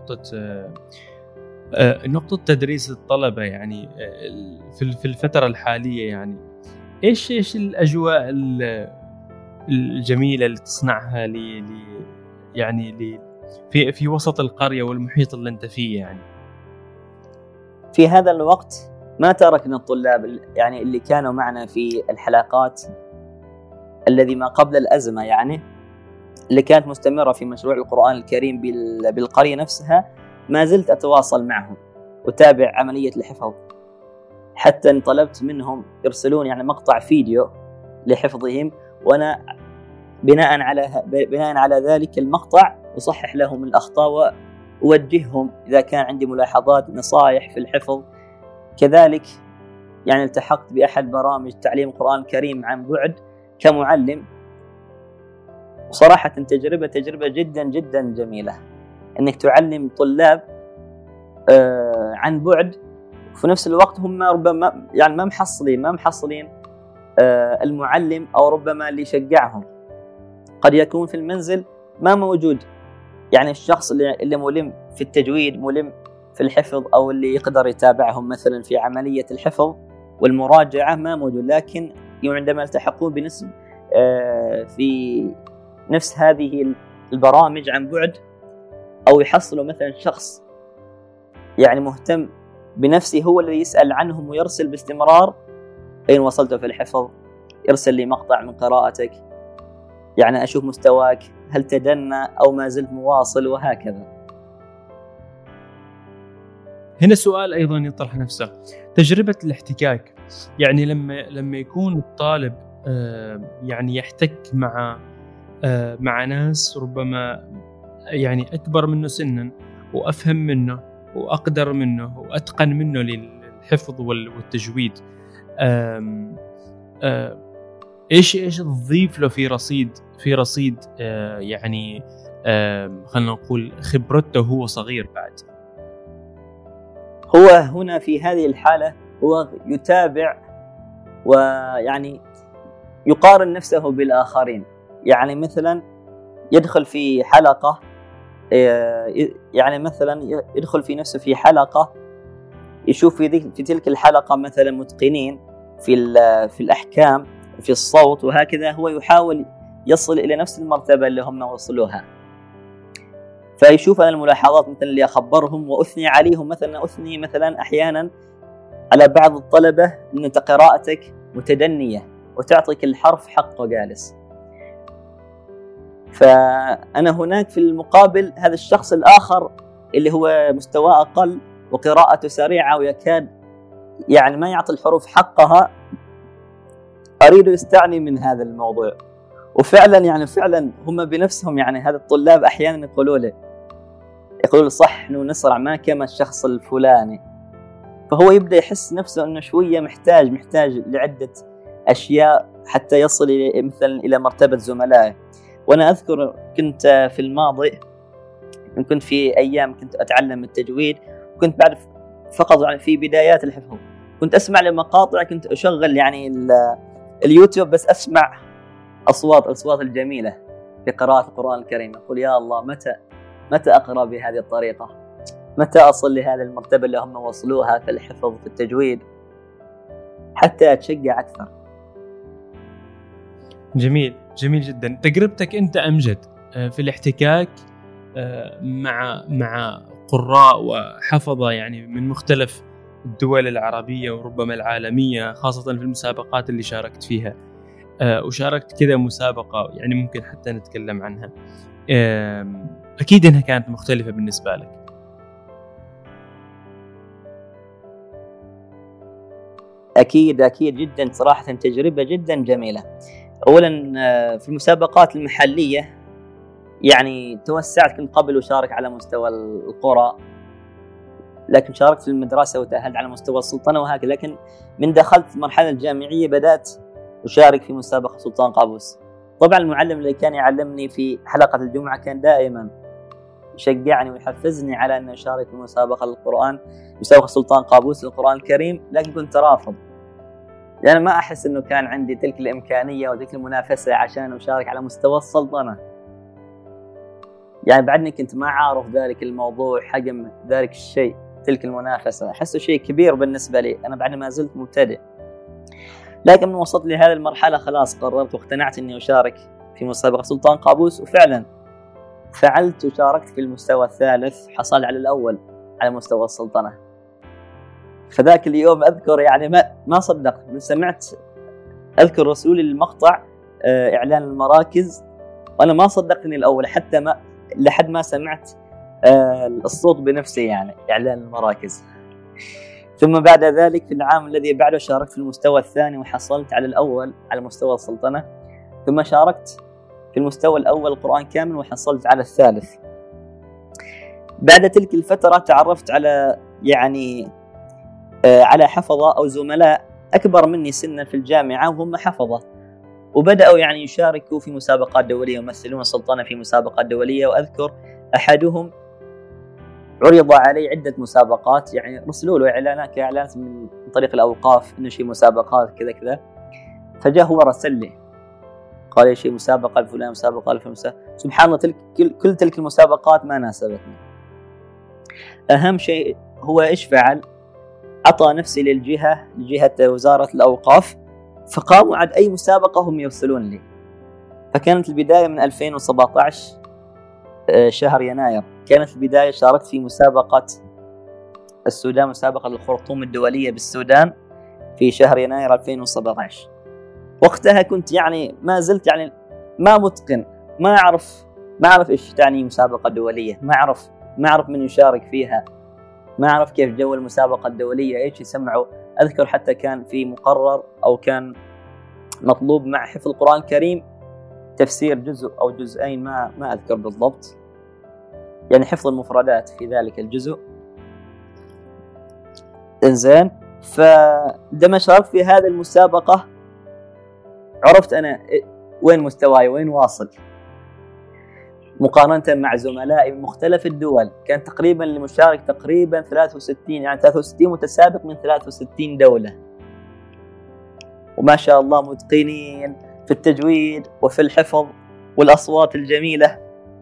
نقطة تدريس الطلبة يعني في الفترة الحالية. يعني إيش الأجواء الجميلة اللي تصنعها يعني في وسط القرية والمحيط اللي أنت فيه؟ يعني
في هذا الوقت ما تركنا الطلاب يعني اللي كانوا معنا في الحلقات الذي ما قبل الأزمة، يعني اللي كانت مستمرة في مشروع القرآن الكريم بالقرية نفسها، ما زلت أتواصل معهم وتابع عملية الحفظ، حتى ان طلبت منهم يرسلون يعني مقطع فيديو لحفظهم، وأنا بناء على ذلك المقطع أصحح لهم الأخطاء وأوجههم إذا كان عندي ملاحظات نصائح في الحفظ. كذلك يعني التحقت بأحد برامج تعليم القرآن الكريم عن بعد كمعلم، وصراحة تجربة جدا جدا جميلة أنك تعلم طلاب عن بعد، وفي نفس الوقت هم ربما يعني ما محصلين المعلم، أو ربما اللي يشجعهم قد يكون في المنزل ما موجود، يعني الشخص اللي ملم في التجويد ملم في الحفظ أو اللي يقدر يتابعهم مثلا في عملية الحفظ والمراجعة ما موجود. لكن عندما التحقون بنسب في نفس هذه البرامج عن بعد، أو يحصلوا مثلا شخص يعني مهتم بنفسه هو الذي يسأل عنهم ويرسل باستمرار أين وصلت في الحفظ، ارسل لي مقطع من قراءتك، يعني أشوف مستواك هل تدنى أو ما زلت مواصل، وهكذا.
هنا سؤال أيضا يطرح نفسه، تجربة الاحتكاك. يعني لما يكون الطالب يعني يحتك مع ناس ربما يعني أكبر منه سنا وأفهم منه وأقدر منه وأتقن منه للحفظ والتجويد، إيش تضيف له في رصيد يعني خلنا نقول خبرته هو صغير بعد؟
هو هنا في هذه الحالة هو يتابع ويعني يقارن نفسه بالآخرين. يعني مثلا يدخل في حلقة، يعني مثلا يدخل في نفسه في حلقة يشوف في تلك الحلقة مثلا متقنين في الأحكام في الصوت وهكذا، هو يحاول يصل إلى نفس المرتبة اللي هم وصلوها. فيشوف أنا الملاحظات مثلا اللي أخبرهم وأثني عليهم، مثلا أثني مثلا أحيانا على بعض الطلبة أن قراءتك متدنية وتعطيك الحرف حقه جالس. فأنا هناك في المقابل هذا الشخص الآخر اللي هو مستوى أقل وقراءته سريعة ويكاد يعني ما يعطي الحروف حقها. أريد يستعني من هذا الموضوع. وفعلا يعني فعلا هم بنفسهم يعني هذا الطلاب أحيانا يقولوا له صح إنه نسرع ما كما الشخص الفلاني. فهو يبدأ يحس نفسه إنه شوية محتاج لعدة أشياء حتى يصل مثلا إلى مرتبة زملائه. وأنا أذكر كنت في الماضي، كنت في أيام كنت أتعلم التجويد، وكنت بعد فقط يعني في بدايات الحفظ كنت أسمع لمقاطع، كنت أشغل يعني اليوتيوب بس أسمع أصوات الجميلة في قراءة القرآن الكريم. أقول يا الله متى أقرأ بهذه الطريقة، متى أصل لهذه المرتبة اللي هم وصلوها في الحفظ في التجويد حتى أتشجع أكثر.
جميل جدا. تجربتك أنت أمجد في الاحتكاك مع قراء وحفظة يعني من مختلف الدول العربية وربما العالمية، خاصة في المسابقات اللي شاركت فيها، وشاركت كذا مسابقة يعني ممكن حتى نتكلم عنها. أكيد أنها كانت مختلفة بالنسبة لك.
أكيد جدا، صراحة تجربة جدا جميلة. أولا في المسابقات المحلية يعني توسعت، كنت قبل أشارك على مستوى القرى، لكن شاركت في المدرسة وتأهلت على مستوى السلطنة وهكذا. لكن من دخلت المرحلة الجامعية بدأت أشارك في مسابقة سلطان قابوس. طبعا المعلم اللي كان يعلمني في حلقة الجمعة كان دائما يشجعني ويحفزني على أن أشارك في مسابقة سلطان قابوس للقرآن الكريم، لكن كنت رافض، يعني ما أحس أنه كان عندي تلك الإمكانية وتلك المنافسة عشان أشارك على مستوى السلطنة. يعني بعدني كنت ما عارف ذلك الموضوع، حجم ذلك الشيء، تلك المنافسة أحسه شيء كبير بالنسبة لي، أنا بعد ما زلت مبتدئ. لكن من وصلت لهذه المرحلة خلاص قررت واقتنعت أني أشارك في مسابقة سلطان قابوس، وفعلا فعلت وشاركت في المستوى الثالث، حصل على الأول على مستوى السلطنة. فذاك اليوم أذكر يعني ما صدقت، من سمعت أذكر رسولي المقطع إعلان المراكز، وأنا ما صدقت أني الأول لحد ما سمعت الصوت بنفسي، يعني إعلان المراكز. ثم بعد ذلك في العام الذي بعده شاركت في المستوى الثاني وحصلت على الأول على مستوى السلطنة. ثم شاركت في المستوى الأول القرآن كامل وحصلت على الثالث. بعد تلك الفترة تعرفت على على حفظة أو زملاء أكبر مني سنا في الجامعة وهم حفظة، وبدأوا يعني يشاركوا في مسابقات دولية ويمثلون السلطنة في مسابقات دولية. وأذكر أحدهم عرض عليه عدة مسابقات، يعني رسلوا له إعلانات من طريق الأوقاف إنه شيء مسابقات كذا كذا، فجاء هو رسل لي قال لي شيء مسابقة الفلان مسابقة الفلان. سبحان الله كل تلك المسابقات ما ناسبتني. أهم شيء هو إيش فعل؟ عطى نفسي لجهة وزارة الأوقاف، فقاموا عند أي مسابقة هم يرسلون لي. فكانت البداية من 2017 شهر يناير، كانت البداية شاركت في مسابقة السودان، مسابقة الخرطوم الدولية بالسودان في شهر يناير 2017. وقتها كنت يعني ما زلت يعني ما متقن، ما أعرف إيش تعني مسابقة دولية، ما أعرف من يشارك فيها، ما أعرف كيف جو المسابقة الدولية إيش يسمعوا. أذكر حتى كان في مقرر أو كان مطلوب مع حفظ القرآن الكريم تفسير جزء أو جزئين، ما أذكر بالضبط، يعني حفظ المفردات في ذلك الجزء. إنزين، فعندما شاركت في هذه المسابقة عرفت أنا وين مستواي وين واصل مقارنة مع زملائي من مختلف الدول. كان تقريبا المشارك تقريبا 63، يعني 63 متسابق من 63 دولة، وما شاء الله متقنين في التجويد وفي الحفظ والأصوات الجميلة.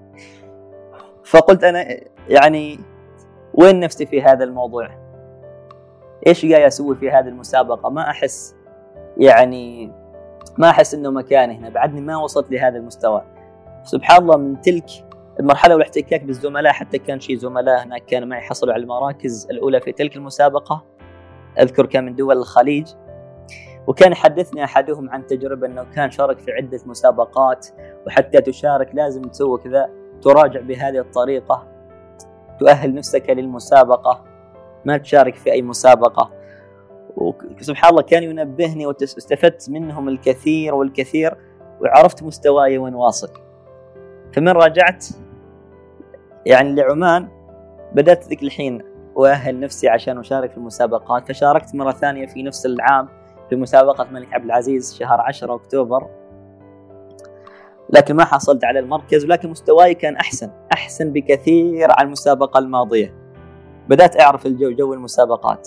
فقلت أنا يعني وين نفسي في هذا الموضوع، إيش جاي أسوي في هذه المسابقة؟ ما أحس إنه مكاني هنا، بعدني ما وصلت لهذا المستوى. سبحان الله من تلك المرحلة والاحتكاك بالزملاء، حتى كان شيء زملاء هناك كانوا معي حصلوا على المراكز الأولى في تلك المسابقة، أذكر كان من دول الخليج. وكان يحدثني أحدهم عن تجربة أنه كان شارك في عدة مسابقات، وحتى تشارك لازم تسوي كذا، تراجع بهذه الطريقة، تؤهل نفسك للمسابقة. ما تشارك في أي مسابقة. وسبحان الله كان ينبهني واستفدت منهم الكثير والكثير، وعرفت مستواي وين واصل. فمن رجعت يعني لعمان بدأت ذيك الحين وأهل نفسي عشان أشارك في المسابقات. فشاركت مرة ثانية في نفس العام في مسابقة الملك عبد العزيز شهر 10 أكتوبر، لكن ما حصلت على المركز، ولكن مستواي كان أحسن بكثير عن المسابقة الماضية. بدأت أعرف جو المسابقات.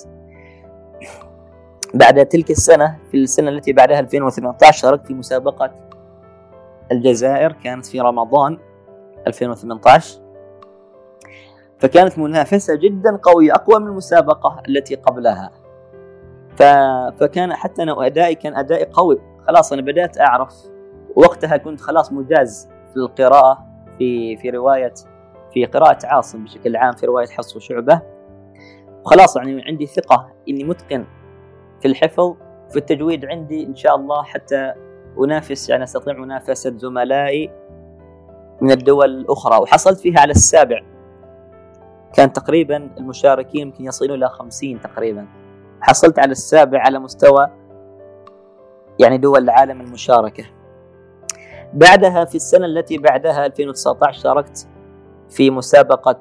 بعد تلك السنة، في السنة التي بعدها 2018، شاركت في مسابقة الجزائر، كانت في رمضان 2018. فكانت منافسة جدا قوية، أقوى من المسابقة التي قبلها. فكان حتى أنا أدائي كان أدائي قوي، خلاص أنا بدأت أعرف. وقتها كنت خلاص مجاز في القراءة، في رواية، في قراءة عاصم بشكل عام، في رواية حفص وشعبة. وخلاص يعني عندي ثقة إني متقن في الحفظ، في التجويد عندي إن شاء الله حتى أنافس، يعني أستطيع منافسة زملائي من الدول الأخرى. وحصلت فيها على 7، كان تقريبا المشاركين يمكن يصلوا إلى 50 تقريبا. حصلت على 7 على مستوى يعني دول العالم المشاركة. بعدها في السنة التي بعدها 2019 شاركت في مسابقة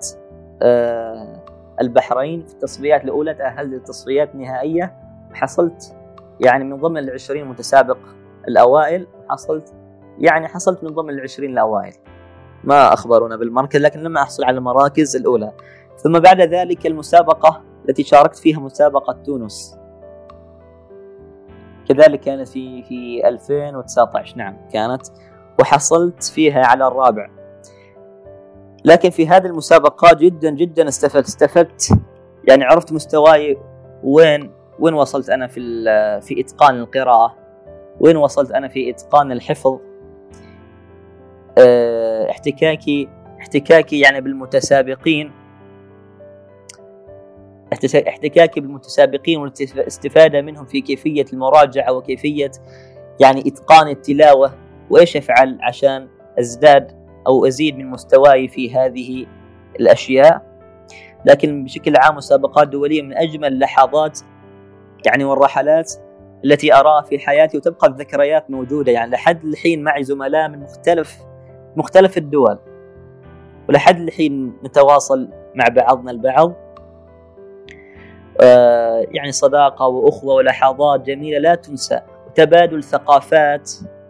البحرين في التصفيات الأولى، تأهلت للتصفيات النهائية، حصلت يعني من ضمن 20 متسابق الأوائل. حصلت من ضمن 20 الأوائل، ما أخبرونا بالمركز، لكن لما أحصل على المراكز الأولى. ثم بعد ذلك المسابقة التي شاركت فيها مسابقة تونس، كذلك كانت في 2019. نعم كانت، وحصلت فيها على الرابع. لكن في هذه المسابقات جدا استفدت، يعني عرفت مستواي وين وصلت أنا في إتقان القراءة، وين وصلت أنا في إتقان الحفظ. احتكاكي يعني بالمتسابقين، والاستفادة منهم في كيفية المراجعة وكيفية يعني إتقان التلاوة، وإيش أفعل عشان أزداد أو أزيد من مستواي في هذه الأشياء. لكن بشكل عام مسابقات دولية من أجمل اللحظات يعني والرحلات التي أراها في حياتي، وتبقى الذكريات موجودة. يعني لحد الحين معي زملاء من مختلف الدول، ولحد الحين نتواصل مع بعضنا البعض، يعني صداقة وأخوة ولحظات جميلة لا تنسى، وتبادل ثقافات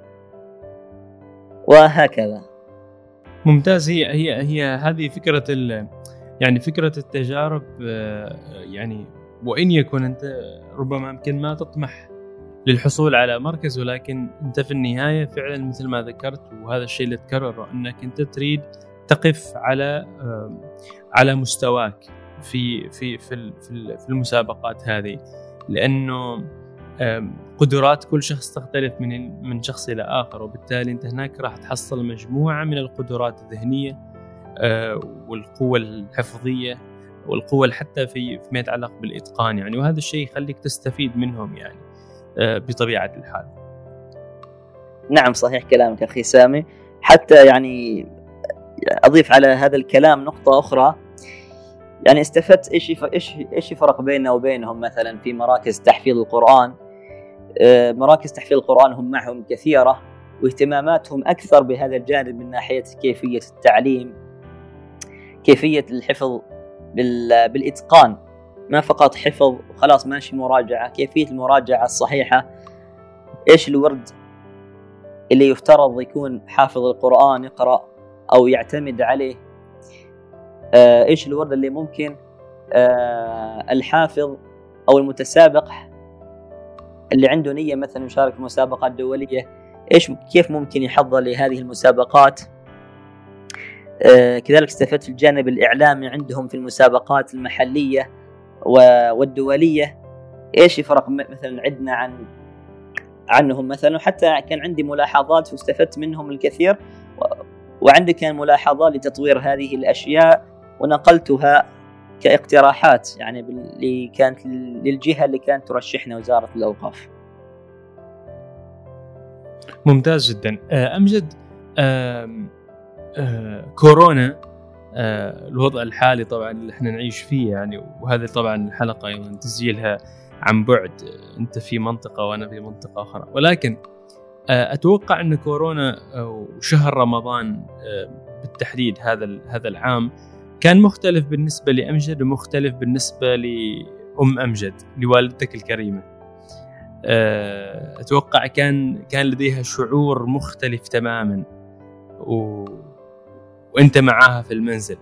وهكذا.
ممتاز. هي هذه فكرة يعني فكرة التجارب. يعني وإن يكون أنت ربما يمكن ما تطمح للحصول على مركز، ولكن أنت في النهاية فعلا مثل ما ذكرت، وهذا الشيء اللي تكرره، أنك أنت تريد تقف على مستواك في المسابقات هذه، لأنه قدرات كل شخص تختلف من شخص إلى آخر، وبالتالي أنت هناك راح تحصل مجموعة من القدرات الذهنية والقوة الحفظية والقوة حتى فيما يتعلق بالإتقان يعني، وهذا الشيء يخليك تستفيد منهم يعني بطبيعة الحال.
نعم صحيح كلامك أخي سامي. حتى يعني أضيف على هذا الكلام نقطة أخرى، يعني استفدت إيش فرق بيننا وبينهم مثلا في مراكز تحفيظ القرآن. مراكز تحفيظ القرآن هم معهم كثيرة، واهتماماتهم أكثر بهذا الجانب من ناحية كيفية التعليم، كيفية الحفظ بالإتقان، ما فقط حفظ وخلاص ماشي مراجعة، كيفية المراجعة الصحيحة، إيش الورد اللي يفترض يكون حافظ القرآن يقرأ أو يعتمد عليه، إيش الورد اللي ممكن الحافظ أو المتسابق اللي عنده نية مثلا يشارك في مسابقات دولية كيف ممكن يحضر لهذه المسابقات. كذلك استفدت في الجانب الإعلامي عندهم في المسابقات المحلية والدولية، إيش يفرق مثلا عندنا عنهم مثلا. وحتى كان عندي ملاحظات واستفدت منهم الكثير، وعندي كان ملاحظة لتطوير هذه الأشياء ونقلتها كاقتراحات يعني اللي كانت للجهة اللي كانت ترشحنا وزارة الأوقاف.
ممتاز جدا. أمجد، كورونا الوضع الحالي طبعا اللي احنا نعيش فيه يعني. وهذا طبعا الحلقة أيضا تسجيلها عن بعد، أنت في منطقة وأنا في منطقة أخرى. ولكن أتوقع أن كورونا وشهر رمضان بالتحديد هذا العام كان مختلف بالنسبة لأمجد ومختلف بالنسبة لأم أمجد، لوالدتك الكريمة. أتوقع كان لديها شعور مختلف تماما وأنت معها في المنزل.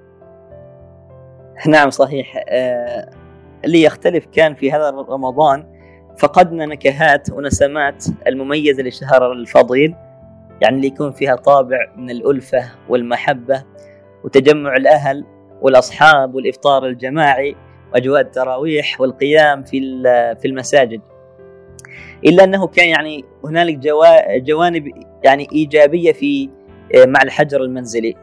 نعم صحيح. اللي يختلف كان في هذا رمضان فقدنا نكهات ونسمات المميزة للشهر الفضيل، يعني اللي يكون فيها طابع من الألفة والمحبة وتجمع الأهل والأصحاب والإفطار الجماعي وأجواء التراويح والقيام في المساجد. إلا أنه كان يعني هنالك جوانب يعني إيجابية مع الحجر المنزلي،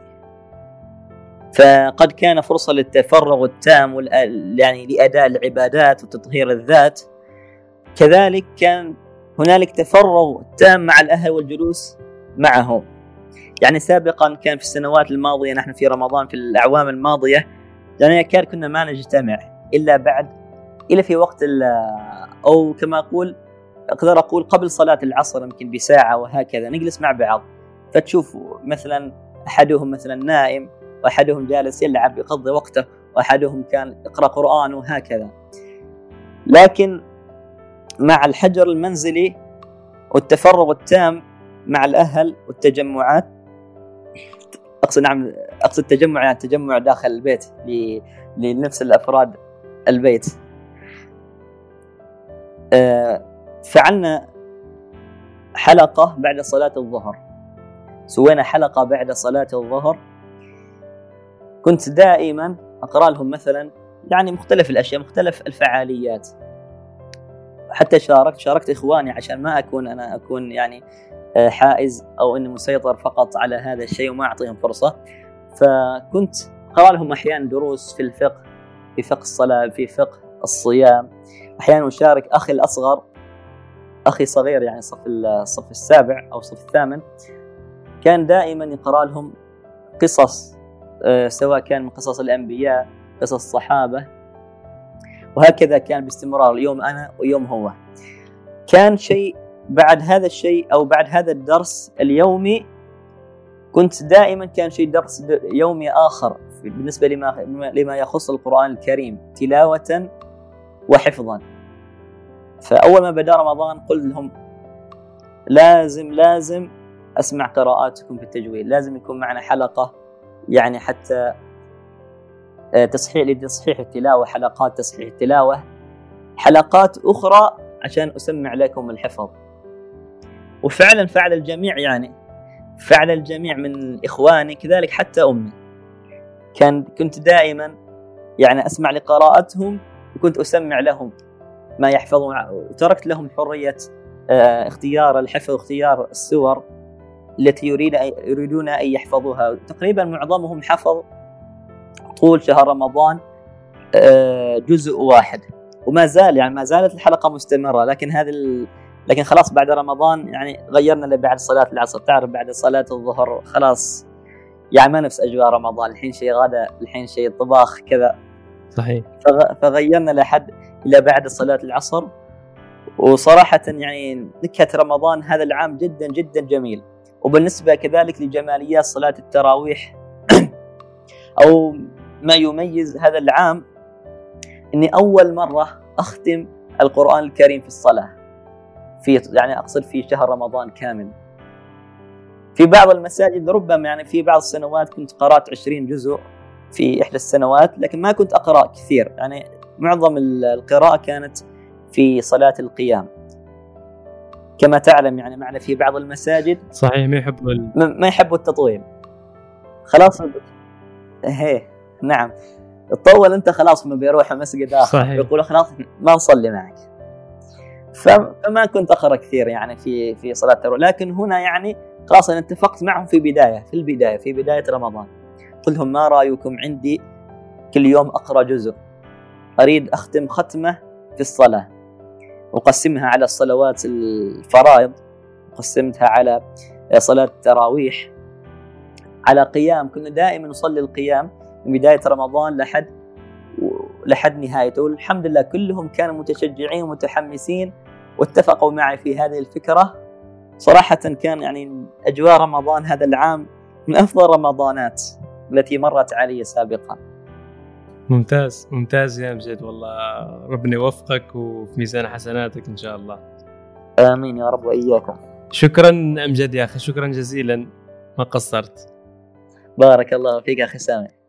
فقد كان فرصة للتفرغ التام يعني لأداء العبادات وتطهير الذات. كذلك كان هنالك تفرغ تام مع الأهل والجلوس معهم. يعني سابقا كان في السنوات الماضية، نحن في رمضان في الأعوام الماضية يعني كنا ما نجتمع إلا في وقت أو كما أقدر أقول قبل صلاة العصر يمكن بساعة وهكذا نجلس مع بعض، فتشوف مثلا أحدهم مثلا نائم وأحدهم جالس يلعب يقضي وقته وأحدهم كان يقرأ قرآن وهكذا. لكن مع الحجر المنزلي والتفرغ التام مع الأهل والتجمعات، أقصد تجمع داخل البيت لنفس الأفراد البيت، فعلنا حلقة بعد صلاة الظهر. سوينا حلقة بعد صلاة الظهر، كنت دائما أقرأ لهم مثلا يعني مختلف الأشياء، مختلف الفعاليات. حتى شاركت إخواني عشان ما أكون يعني حائز أو إني مسيطر فقط على هذا الشيء وما أعطيهم فرصة. فكنت أقرأ لهم أحيانا دروس في الفقه، في فقه الصلاة، في فقه الصيام. أحيانا أشارك أخي الأصغر، أخي صغير يعني الصف السابع أو الصف الثامن، كان دائما يقرأ لهم قصص، سواء كان من قصص الأنبياء، قصص الصحابة، وهكذا كان باستمرار، يوم أنا ويوم هو. كان شيء بعد هذا الشيء أو بعد هذا الدرس اليومي كنت دائما كان شيء درس يومي آخر بالنسبة لما يخص القرآن الكريم تلاوة وحفظا. فأول ما بدأ رمضان قلت لهم لازم أسمع قراءاتكم في التجويد، لازم يكون معنا حلقة يعني حتى لتصحيح التلاوة، حلقات تصحيح التلاوة، حلقات أخرى عشان أسمع لكم الحفظ. وفعلا فعل الجميع من إخواني كذلك، حتى أمي كنت دائما يعني أسمع لقراءتهم وكنت أسمع لهم ما يحفظون، وتركت لهم حرية اختيار الحفظ واختيار السور التي يريدون أن يحفظوها. تقريبا معظمهم حفظ طول شهر رمضان جزء واحد، وما زالت الحلقة مستمرة. لكن خلاص بعد رمضان يعني غيرنا بعد صلاة العصر. تعرف بعد صلاة الظهر خلاص يعني ما نفس أجواء رمضان، الحين شيء غدا، الحين شيء طباخ كذا.
صحيح.
فغيرنا إلى بعد صلاة العصر. وصراحة يعني نكهة رمضان هذا العام جدا جدا جميل. وبالنسبة كذلك لجماليات صلاة التراويح أو ما يميز هذا العام إني أول مرة أختم القرآن الكريم في الصلاة، يعني أقصد في شهر رمضان كامل. في بعض المساجد ربما يعني في بعض السنوات كنت قرأت 20 جزء في إحدى السنوات، لكن ما كنت أقرأ كثير، يعني معظم القراءة كانت في صلاة القيام. كما تعلم يعني معنا في بعض المساجد
صحيح
ما يحبوا التطويل. خلاص نعم تطول أنت خلاص ما بيروح مسجد آخر يقولوا خلاص ما نصلي معك. فما كنت أقرأ كثير يعني في صلاة التراويح. لكن هنا يعني خلاص أنا اتفقت معهم في بداية رمضان، قلت لهم ما رأيكم عندي كل يوم أقرأ جزء، أريد أختم ختمة في الصلاة، وقسمها على الصلوات الفرائض، قسمتها على صلاة التراويح، على قيام، كنا دائما نصلي القيام من بداية رمضان لحد نهايته. والحمد لله كلهم كانوا متشجعين ومتحمسين واتفقوا معي في هذه الفكرة. صراحة كان يعني أجواء رمضان هذا العام من أفضل رمضانات التي مرت علي سابقا.
ممتاز يا أمجد، والله ربنا يوفقك وفي ميزان حسناتك إن شاء الله.
آمين يا رب وإياكم.
شكرا أمجد يا أخي، شكرا جزيلا، ما قصرت.
بارك الله فيك أخي سامي.